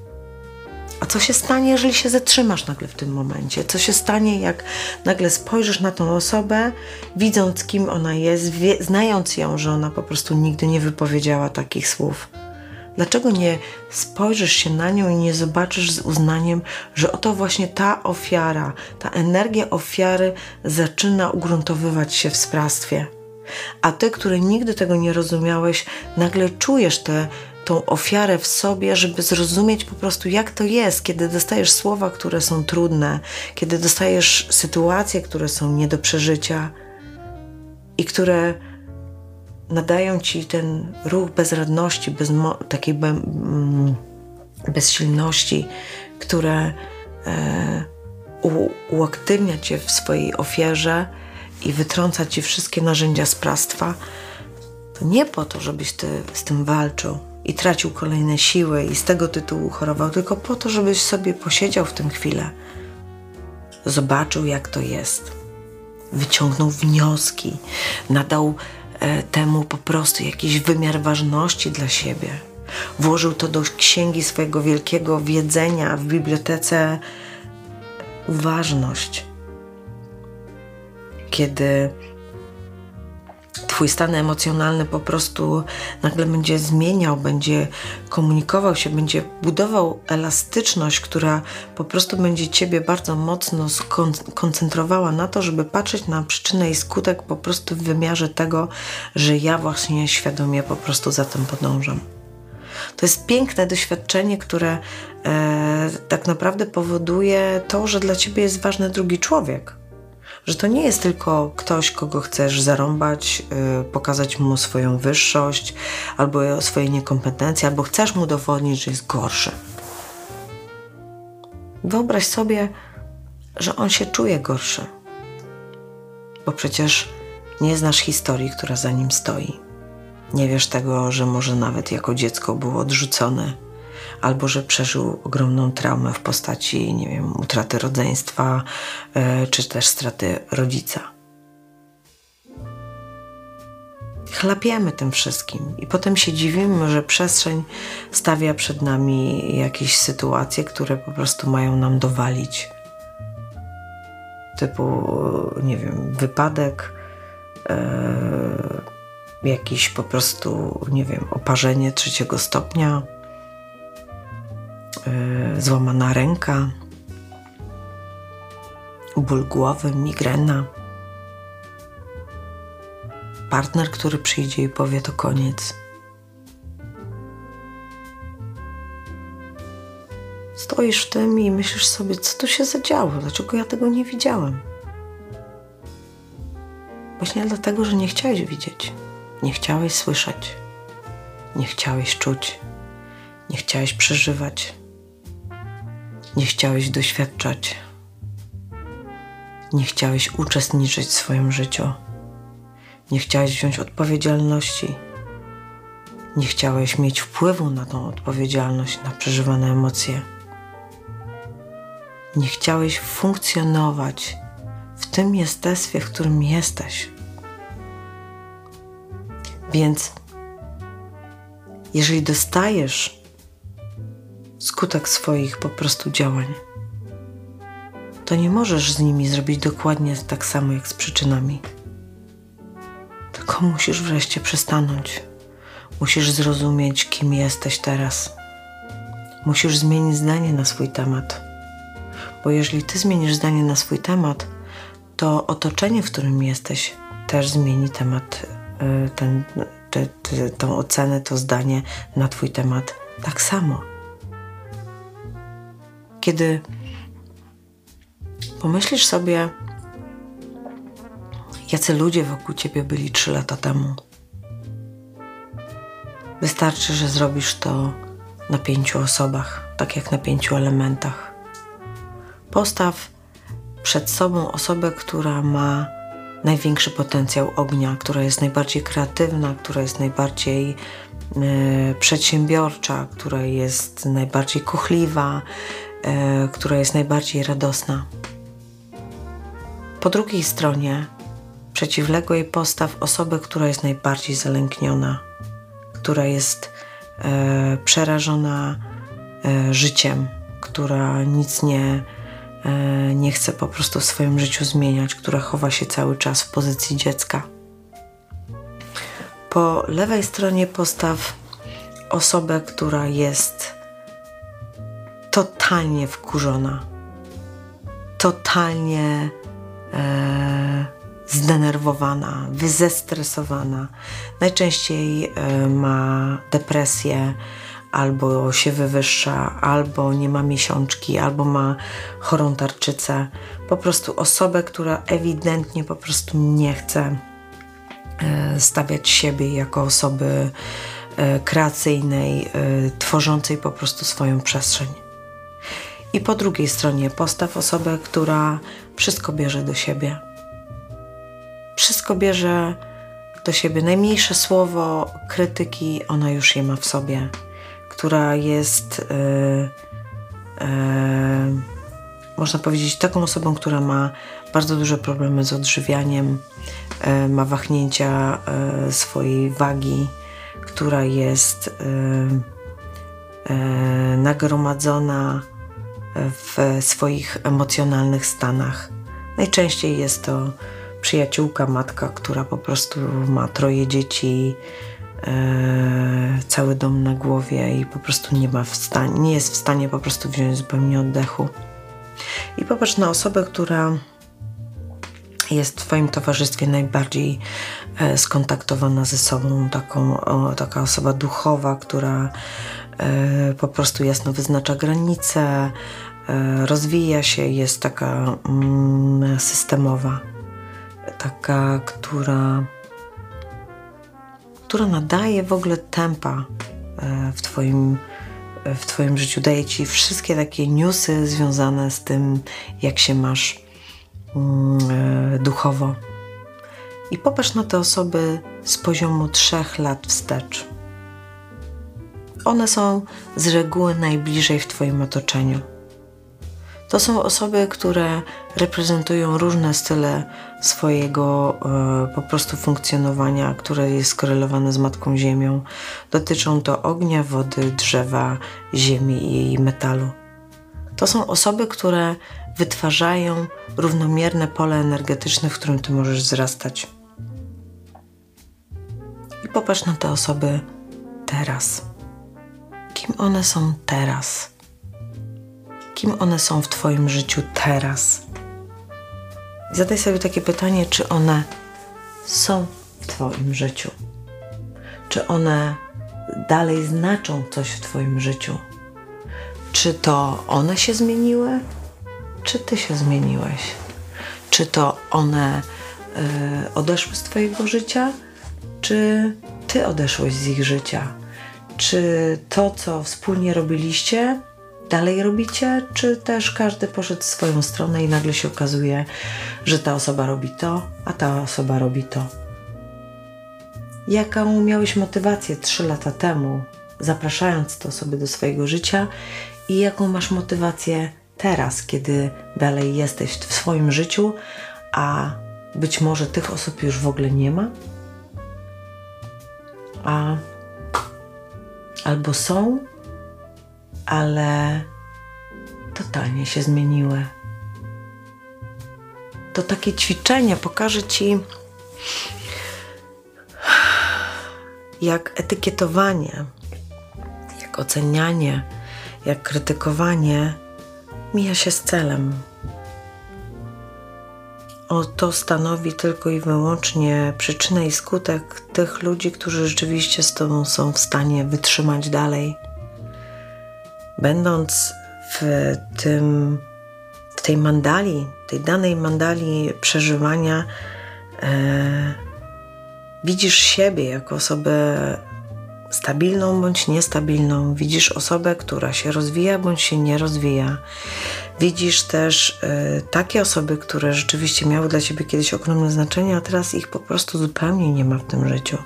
A co się stanie, jeżeli się zatrzymasz nagle w tym momencie? Co się stanie, jak nagle spojrzysz na tą osobę, widząc, kim ona jest, wie, znając ją, że ona po prostu nigdy nie wypowiedziała takich słów? Dlaczego nie spojrzysz się na nią i nie zobaczysz z uznaniem, że oto właśnie ta ofiara, ta energia ofiary zaczyna ugruntowywać się w sprawstwie? A ty, który nigdy tego nie rozumiałeś, nagle czujesz tę tą ofiarę w sobie, żeby zrozumieć po prostu, jak to jest, kiedy dostajesz słowa, które są trudne, kiedy dostajesz sytuacje, które są nie do przeżycia i które nadają ci ten ruch bezradności, bezmo- takiej be- mm, bezsilności, które e, u- uaktywnia cię w swojej ofierze i wytrąca ci wszystkie narzędzia sprawstwa, to nie po to, żebyś ty z tym walczył i tracił kolejne siły i z tego tytułu chorował, tylko po to, żebyś sobie posiedział w tym chwilę, zobaczył, jak to jest, wyciągnął wnioski, nadał e, temu po prostu jakiś wymiar ważności dla siebie, włożył to do księgi swojego wielkiego wiedzenia w bibliotece. Uważność. Kiedy twój stan emocjonalny po prostu nagle będzie zmieniał, będzie komunikował się, będzie budował elastyczność, która po prostu będzie ciebie bardzo mocno skoncentrowała na to, żeby patrzeć na przyczynę i skutek po prostu w wymiarze tego, że ja właśnie świadomie po prostu za tym podążam. To jest piękne doświadczenie, które e, tak naprawdę powoduje to, że dla ciebie jest ważny drugi człowiek. Że to nie jest tylko ktoś, kogo chcesz zarąbać, e, pokazać mu swoją wyższość, albo swoje niekompetencje, albo chcesz mu udowodnić, że jest gorszy. Wyobraź sobie, że on się czuje gorszy, bo przecież nie znasz historii, która za nim stoi. Nie wiesz tego, że może nawet jako dziecko było odrzucone, albo że przeżył ogromną traumę w postaci, nie wiem, utraty rodzeństwa, yy, czy też straty rodzica. Chlapiemy tym wszystkim i potem się dziwimy, że przestrzeń stawia przed nami jakieś sytuacje, które po prostu mają nam dowalić. Typu, nie wiem, wypadek, yy, jakiś po prostu, nie wiem, oparzenie trzeciego stopnia, yy, złamana ręka, ból głowy, migrena, partner, który przyjdzie i powie, to koniec. Stoisz w tym i myślisz sobie, co tu się zadziało, dlaczego ja tego nie widziałem? Właśnie dlatego, że nie chciałeś widzieć. Nie chciałeś słyszeć, nie chciałeś czuć, nie chciałeś przeżywać, nie chciałeś doświadczać, nie chciałeś uczestniczyć w swoim życiu, nie chciałeś wziąć odpowiedzialności, nie chciałeś mieć wpływu na tą odpowiedzialność, na przeżywane emocje, nie chciałeś funkcjonować w tym jestestwie, w którym jesteś. Więc jeżeli dostajesz skutek swoich po prostu działań, to nie możesz z nimi zrobić dokładnie tak samo jak z przyczynami. Tylko musisz wreszcie przystanąć. Musisz zrozumieć, kim jesteś teraz. Musisz zmienić zdanie na swój temat. Bo jeżeli ty zmienisz zdanie na swój temat, to otoczenie, w którym jesteś, też zmieni temat, ten, te, te, tą ocenę, to zdanie na twój temat tak samo. Kiedy pomyślisz sobie, jacy ludzie wokół ciebie byli trzy lata temu, wystarczy, że zrobisz to na pięciu osobach, tak jak na pięciu elementach. Postaw przed sobą osobę, która ma największy potencjał ognia, która jest najbardziej kreatywna, która jest najbardziej y, przedsiębiorcza, która jest najbardziej kochliwa, y, która jest najbardziej radosna. Po drugiej stronie przeciwległej postaw osobę, która jest najbardziej zalękniona, która jest y, przerażona y, życiem, która nic nie nie chce po prostu w swoim życiu zmieniać, która chowa się cały czas w pozycji dziecka. Po lewej stronie postaw osobę, która jest totalnie wkurzona, totalnie e, zdenerwowana, zestresowana. Najczęściej e, ma depresję, albo się wywyższa, albo nie ma miesiączki, albo ma chorą tarczycę. Po prostu osobę, która ewidentnie po prostu nie chce e, stawiać siebie jako osoby e, kreacyjnej, e, tworzącej po prostu swoją przestrzeń. I po drugiej stronie postaw osobę, która wszystko bierze do siebie. wszystko bierze do siebie. Najmniejsze słowo krytyki, ona już je ma w sobie, która jest, yy, yy, można powiedzieć, taką osobą, która ma bardzo duże problemy z odżywianiem, yy, ma wahnięcia yy, swojej wagi, która jest yy, yy, nagromadzona w swoich emocjonalnych stanach. Najczęściej jest to przyjaciółka, matka, która po prostu ma troje dzieci, e, cały dom na głowie i po prostu nie ma w stanie, nie jest w stanie po prostu wziąć zupełnie oddechu. I popatrz na osobę, która jest w Twoim towarzystwie najbardziej e, skontaktowana ze sobą, taką, o, taka osoba duchowa, która e, po prostu jasno wyznacza granice, e, rozwija się, jest taka mm, systemowa. Taka, która, która nadaje w ogóle tempa w twoim, w twoim życiu. Daje Ci wszystkie takie newsy związane z tym, jak się masz mm, duchowo. I popatrz na te osoby z poziomu trzech lat wstecz. One są z reguły najbliżej w Twoim otoczeniu. To są osoby, które reprezentują różne style swojego e, po prostu funkcjonowania, które jest skorelowane z Matką Ziemią. Dotyczą to ognia, wody, drzewa, ziemi i metalu. To są osoby, które wytwarzają równomierne pole energetyczne, w którym Ty możesz wzrastać. I popatrz na te osoby teraz. Kim one są teraz? Kim one są w Twoim życiu teraz? Zadaj sobie takie pytanie, czy one są w Twoim życiu? Czy one dalej znaczą coś w Twoim życiu? Czy to one się zmieniły? Czy Ty się zmieniłeś? Czy to one y, odeszły z Twojego życia? Czy Ty odeszłeś z ich życia? Czy to, co wspólnie robiliście, dalej robicie, czy też każdy poszedł w swoją stronę i nagle się okazuje, że ta osoba robi to, a ta osoba robi to? Jaką miałeś motywację trzy lata temu, zapraszając te osoby do swojego życia, i jaką masz motywację teraz, kiedy dalej jesteś w swoim życiu, a być może tych osób już w ogóle nie ma? A albo są, ale totalnie się zmieniły. To takie ćwiczenie pokaże Ci, jak etykietowanie, jak ocenianie, jak krytykowanie mija się z celem. O, to stanowi tylko i wyłącznie przyczynę i skutek tych ludzi, którzy rzeczywiście z Tobą są w stanie wytrzymać dalej. Będąc w tym, w tej mandali, tej danej mandali przeżywania, e, widzisz siebie jako osobę stabilną bądź niestabilną. Widzisz osobę, która się rozwija bądź się nie rozwija. Widzisz też y, takie osoby, które rzeczywiście miały dla Ciebie kiedyś ogromne znaczenie, a teraz ich po prostu zupełnie nie ma w tym życiu.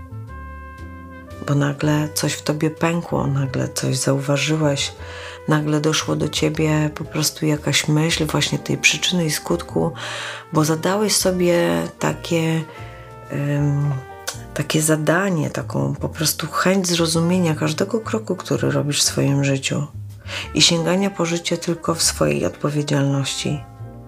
Bo nagle coś w Tobie pękło, nagle coś zauważyłeś, nagle doszło do Ciebie po prostu jakaś myśl właśnie tej przyczyny i skutku, bo zadałeś sobie takie... Ym, takie zadanie, taką po prostu chęć zrozumienia każdego kroku, który robisz w swoim życiu i sięgania po życie tylko w swojej odpowiedzialności,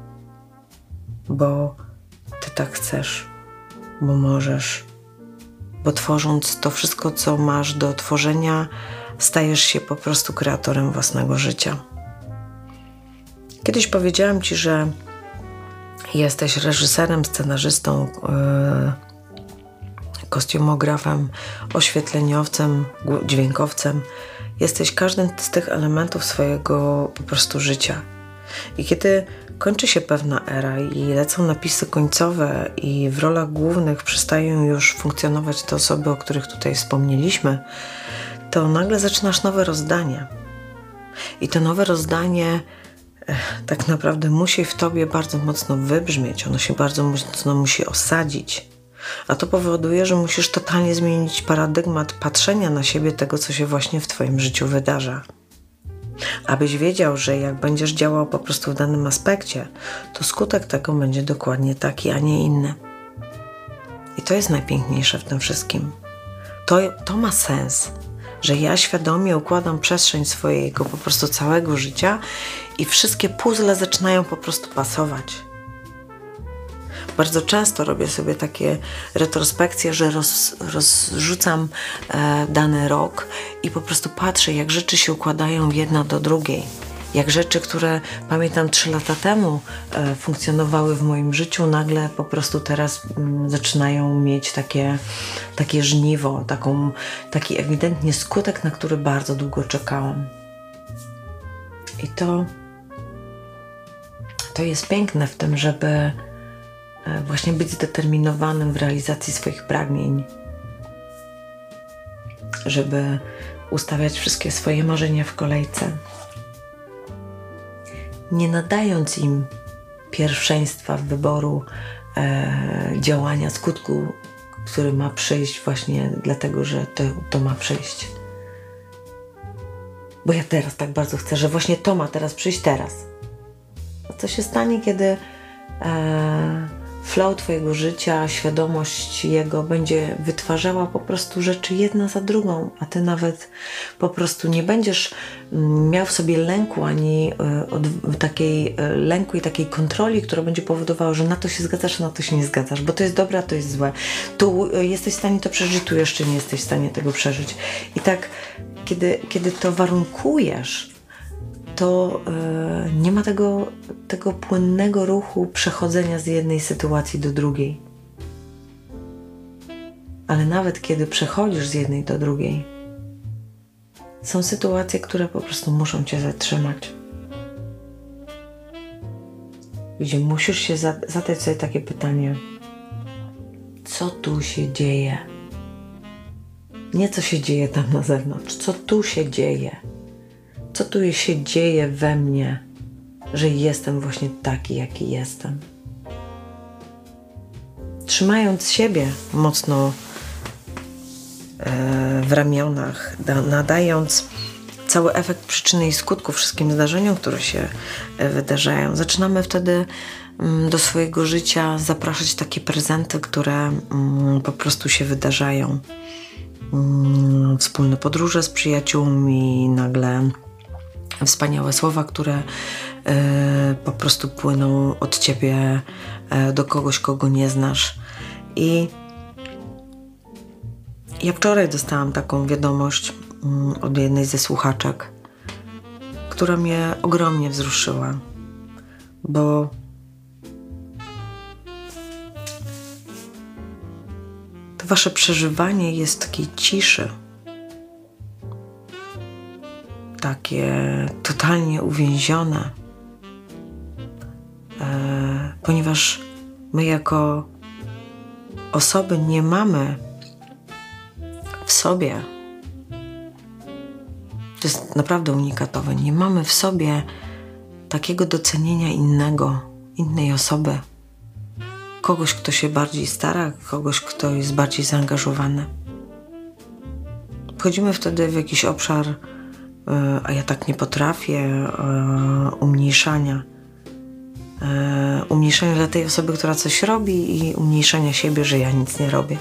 bo Ty tak chcesz, bo możesz, bo tworząc to wszystko, co masz do tworzenia, stajesz się po prostu kreatorem własnego życia. Kiedyś powiedziałam Ci, że jesteś reżyserem, scenarzystą, yy, kostiumografem, oświetleniowcem, dźwiękowcem. Jesteś każdym z tych elementów swojego po prostu życia. I kiedy kończy się pewna era i lecą napisy końcowe i w rolach głównych przestają już funkcjonować te osoby, o których tutaj wspomnieliśmy, to nagle zaczynasz nowe rozdanie. I to nowe rozdanie tak naprawdę musi w tobie bardzo mocno wybrzmieć, ono się bardzo mocno musi osadzić. A to powoduje, że musisz totalnie zmienić paradygmat patrzenia na siebie, tego, co się właśnie w twoim życiu wydarza. Abyś wiedział, że jak będziesz działał po prostu w danym aspekcie, to skutek tego będzie dokładnie taki, a nie inny. I to jest najpiękniejsze w tym wszystkim. To, to ma sens, że ja świadomie układam przestrzeń swojego po prostu całego życia i wszystkie puzzle zaczynają po prostu pasować. Bardzo często robię sobie takie retrospekcje, że roz, rozrzucam e, dany rok i po prostu patrzę, jak rzeczy się układają jedna do drugiej. Jak rzeczy, które pamiętam trzy lata temu e, funkcjonowały w moim życiu, nagle po prostu teraz m, zaczynają mieć takie, takie żniwo, taką, taki ewidentnie skutek, na który bardzo długo czekałam. I to, to jest piękne w tym, żeby właśnie być zdeterminowanym w realizacji swoich pragnień, żeby ustawiać wszystkie swoje marzenia w kolejce, nie nadając im pierwszeństwa w wyboru e, działania, skutku, który ma przyjść właśnie dlatego, że to, to ma przyjść. Bo ja teraz tak bardzo chcę, że właśnie to ma teraz przyjść teraz. A co się stanie, kiedy e, flow twojego życia, świadomość jego będzie wytwarzała po prostu rzeczy jedna za drugą, a ty nawet po prostu nie będziesz miał w sobie lęku, ani od takiej lęku i takiej kontroli, która będzie powodowała, że na to się zgadzasz, a na to się nie zgadzasz, bo to jest dobre, a to jest złe. Tu jesteś w stanie to przeżyć, tu jeszcze nie jesteś w stanie tego przeżyć. I tak, kiedy, kiedy to warunkujesz, to yy, nie ma tego, tego płynnego ruchu przechodzenia z jednej sytuacji do drugiej. Ale nawet kiedy przechodzisz z jednej do drugiej, są sytuacje, które po prostu muszą cię zatrzymać. Gdzie musisz się zadać sobie takie pytanie, co tu się dzieje? Nie co się dzieje tam na zewnątrz, co tu się dzieje? Co tu się dzieje we mnie, że jestem właśnie taki, jaki jestem? Trzymając siebie mocno e, w ramionach, da, nadając cały efekt przyczyny i skutku wszystkim zdarzeniom, które się e, wydarzają, zaczynamy wtedy m, do swojego życia zapraszać takie prezenty, które m, po prostu się wydarzają. M, wspólne podróże z przyjaciółmi, nagle wspaniałe słowa, które y, po prostu płyną od ciebie y, do kogoś, kogo nie znasz. I ja wczoraj dostałam taką wiadomość y, od jednej ze słuchaczek, która mnie ogromnie wzruszyła, bo to wasze przeżywanie jest takiej ciszy, takie totalnie uwięzione, e, ponieważ my jako osoby nie mamy w sobie, to jest naprawdę unikatowe, nie mamy w sobie takiego docenienia innego, innej osoby, kogoś, kto się bardziej stara, kogoś, kto jest bardziej zaangażowany. Wchodzimy wtedy w jakiś obszar, a ja tak nie potrafię, umniejszania. Umniejszania dla tej osoby, która coś robi, i umniejszania siebie, że ja nic nie robię.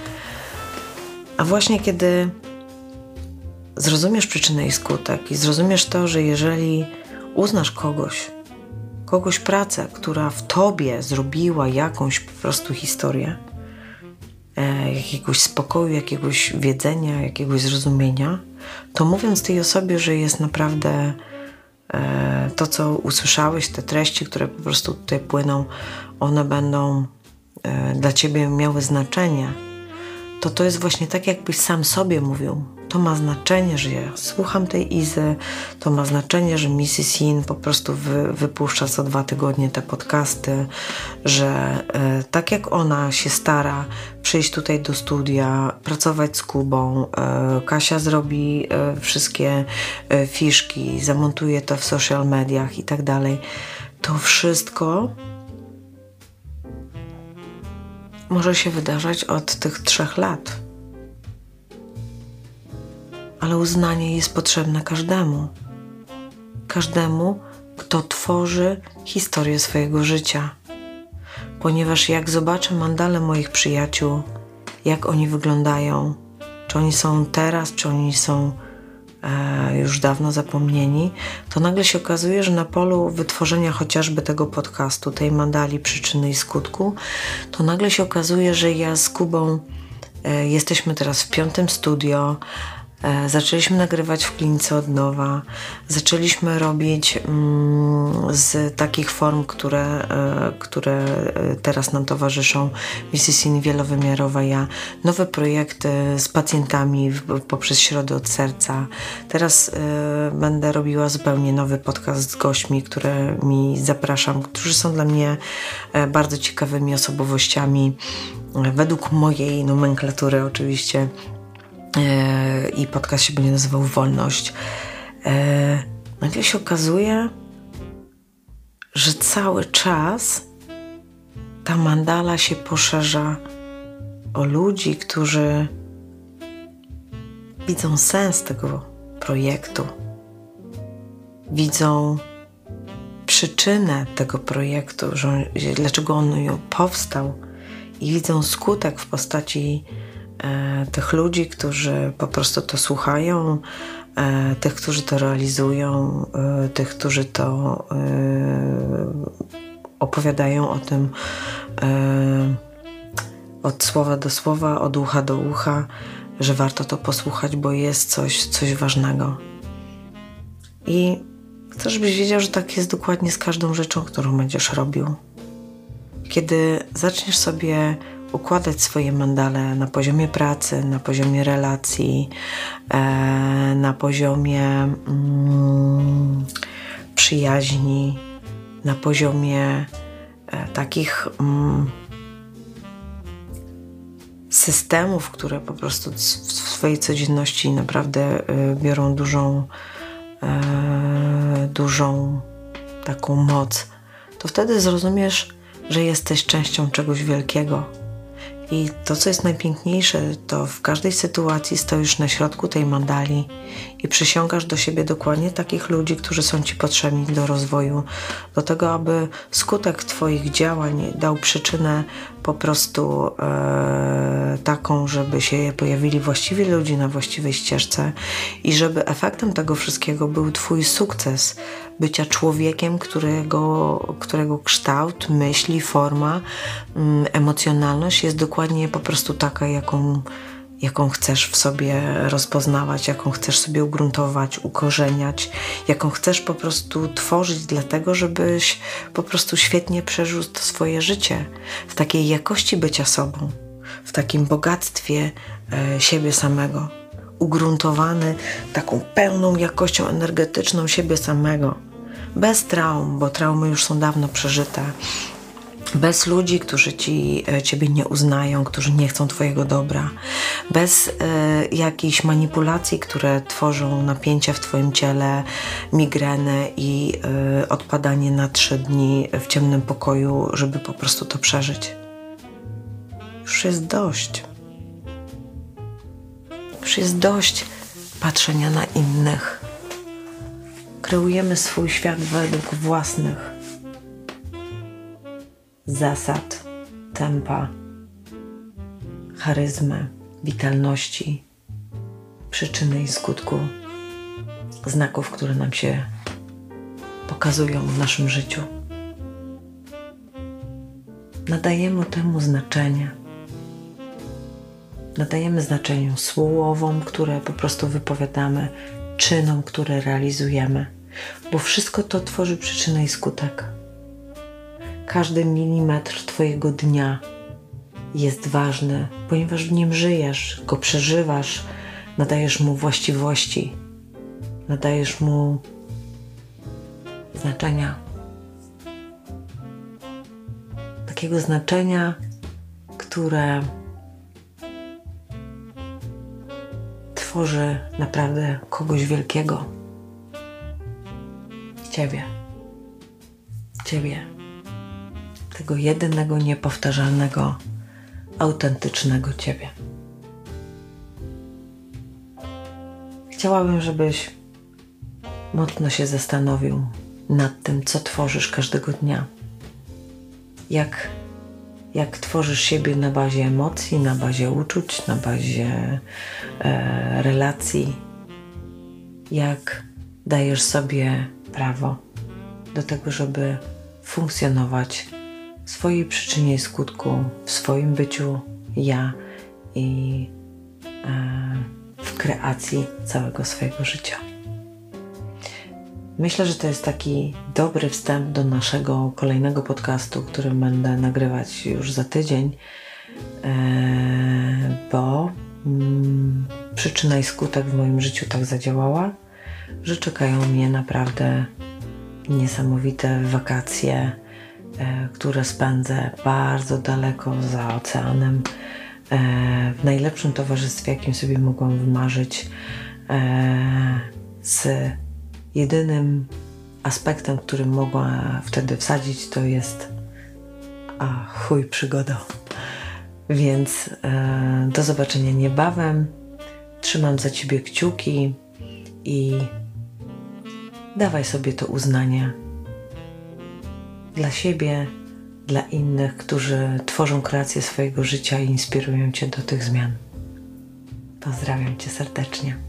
A właśnie kiedy zrozumiesz przyczynę i skutek i zrozumiesz to, że jeżeli uznasz kogoś, kogoś pracę, która w tobie zrobiła jakąś po prostu historię, jakiegoś spokoju, jakiegoś wiedzenia, jakiegoś zrozumienia, to mówiąc tej osobie, że jest naprawdę e, to, co usłyszałeś, te treści, które po prostu tutaj płyną, one będą e, dla ciebie miały znaczenie, to to jest właśnie tak, jakbyś sam sobie mówił, To ma znaczenie, że ja słucham tej Izy, to ma znaczenie, że missus Yin po prostu wy, wypuszcza co dwa tygodnie te podcasty, że e, tak jak ona się stara przyjść tutaj do studia, pracować z Kubą, e, Kasia zrobi e, wszystkie e, fiszki, zamontuje to w social mediach i tak dalej. To wszystko może się wydarzać od tych trzech lat. Ale uznanie jest potrzebne każdemu. Każdemu, kto tworzy historię swojego życia. Ponieważ jak zobaczę mandale moich przyjaciół, jak oni wyglądają, czy oni są teraz, czy oni są e, już dawno zapomnieni, to nagle się okazuje, że na polu wytworzenia chociażby tego podcastu, tej mandali przyczyny i skutku, to nagle się okazuje, że ja z Kubą e, jesteśmy teraz w piątym studio. E, zaczęliśmy nagrywać w klinice od nowa, zaczęliśmy robić mm, z takich form, które, e, które teraz nam towarzyszą, missus Yin wielowymiarowa ja, nowe projekty z pacjentami w, poprzez Środy od Serca. Teraz e, będę robiła zupełnie nowy podcast z gośćmi, które mi zapraszam, którzy są dla mnie e, bardzo ciekawymi osobowościami, e, według mojej nomenklatury oczywiście. I podcast się będzie nazywał Wolność. E, nagle się okazuje, że cały czas ta mandala się poszerza o ludzi, którzy widzą sens tego projektu, widzą przyczynę tego projektu, że on, dlaczego on powstał, i widzą skutek w postaci E, tych ludzi, którzy po prostu to słuchają, e, tych, którzy to realizują, e, tych, którzy to e, opowiadają o tym e, od słowa do słowa, od ucha do ucha, że warto to posłuchać, bo jest coś, coś ważnego. I chcę, żebyś wiedział, że tak jest dokładnie z każdą rzeczą, którą będziesz robił. Kiedy zaczniesz sobie układać swoje mandale na poziomie pracy, na poziomie relacji, e, na poziomie mm, przyjaźni, na poziomie e, takich mm, systemów, które po prostu w swojej codzienności naprawdę e, biorą dużą, e, dużą taką moc, to wtedy zrozumiesz, że jesteś częścią czegoś wielkiego. I to, co jest najpiękniejsze, to w każdej sytuacji stoisz na środku tej mandali i przysiągasz do siebie dokładnie takich ludzi, którzy są ci potrzebni do rozwoju, do tego, aby skutek twoich działań dał przyczynę po prostu e, taką, żeby się pojawili właściwi ludzie na właściwej ścieżce i żeby efektem tego wszystkiego był twój sukces bycia człowiekiem, którego, którego kształt, myśli, forma, mm, emocjonalność jest dokładnie po prostu taka, jaką, jaką chcesz w sobie rozpoznawać, jaką chcesz sobie ugruntować, ukorzeniać, jaką chcesz po prostu tworzyć dlatego, żebyś po prostu świetnie przeżył to swoje życie w takiej jakości bycia sobą, w takim bogactwie e, siebie samego, ugruntowany taką pełną jakością energetyczną siebie samego, bez traum, bo traumy już są dawno przeżyte, bez ludzi, którzy ci, ciebie nie uznają, którzy nie chcą twojego dobra, bez e, jakichś manipulacji, które tworzą napięcia w twoim ciele, migreny i e, odpadanie na trzy dni w ciemnym pokoju, żeby po prostu to przeżyć. Już jest dość. Już jest dość patrzenia na innych. Kreujemy swój świat według własnych zasad, tempa, charyzmy, witalności, przyczyny i skutku, znaków, które nam się pokazują w naszym życiu. Nadajemy temu znaczenie. Nadajemy znaczeniu słowom, które po prostu wypowiadamy, czynom, które realizujemy, bo wszystko to tworzy przyczynę i skutek. Każdy milimetr twojego dnia jest ważny, ponieważ w nim żyjesz, go przeżywasz, nadajesz mu właściwości, nadajesz mu znaczenia. Takiego znaczenia, które tworzy naprawdę kogoś wielkiego. Ciebie. Ciebie. Tego jedynego, niepowtarzalnego, autentycznego Ciebie. Chciałabym, żebyś mocno się zastanowił nad tym, co tworzysz każdego dnia. Jak, jak tworzysz siebie na bazie emocji, na bazie uczuć, na bazie e, relacji. Jak dajesz sobie prawo do tego, żeby funkcjonować w swojej przyczynie i skutku, w swoim byciu ja i e, w kreacji całego swojego życia. Myślę, że to jest taki dobry wstęp do naszego kolejnego podcastu, który będę nagrywać już za tydzień, bo przyczyna i skutek w moim życiu tak zadziałała, że czekają mnie naprawdę niesamowite wakacje, które spędzę bardzo daleko za oceanem, w najlepszym towarzystwie, jakim sobie mogłam wymarzyć, z jedynym aspektem, który mogła wtedy wsadzić, to jest a chuj przygoda. Więc e, do zobaczenia niebawem. Trzymam za Ciebie kciuki i dawaj sobie to uznanie dla siebie, dla innych, którzy tworzą kreację swojego życia i inspirują Cię do tych zmian. Pozdrawiam Cię serdecznie.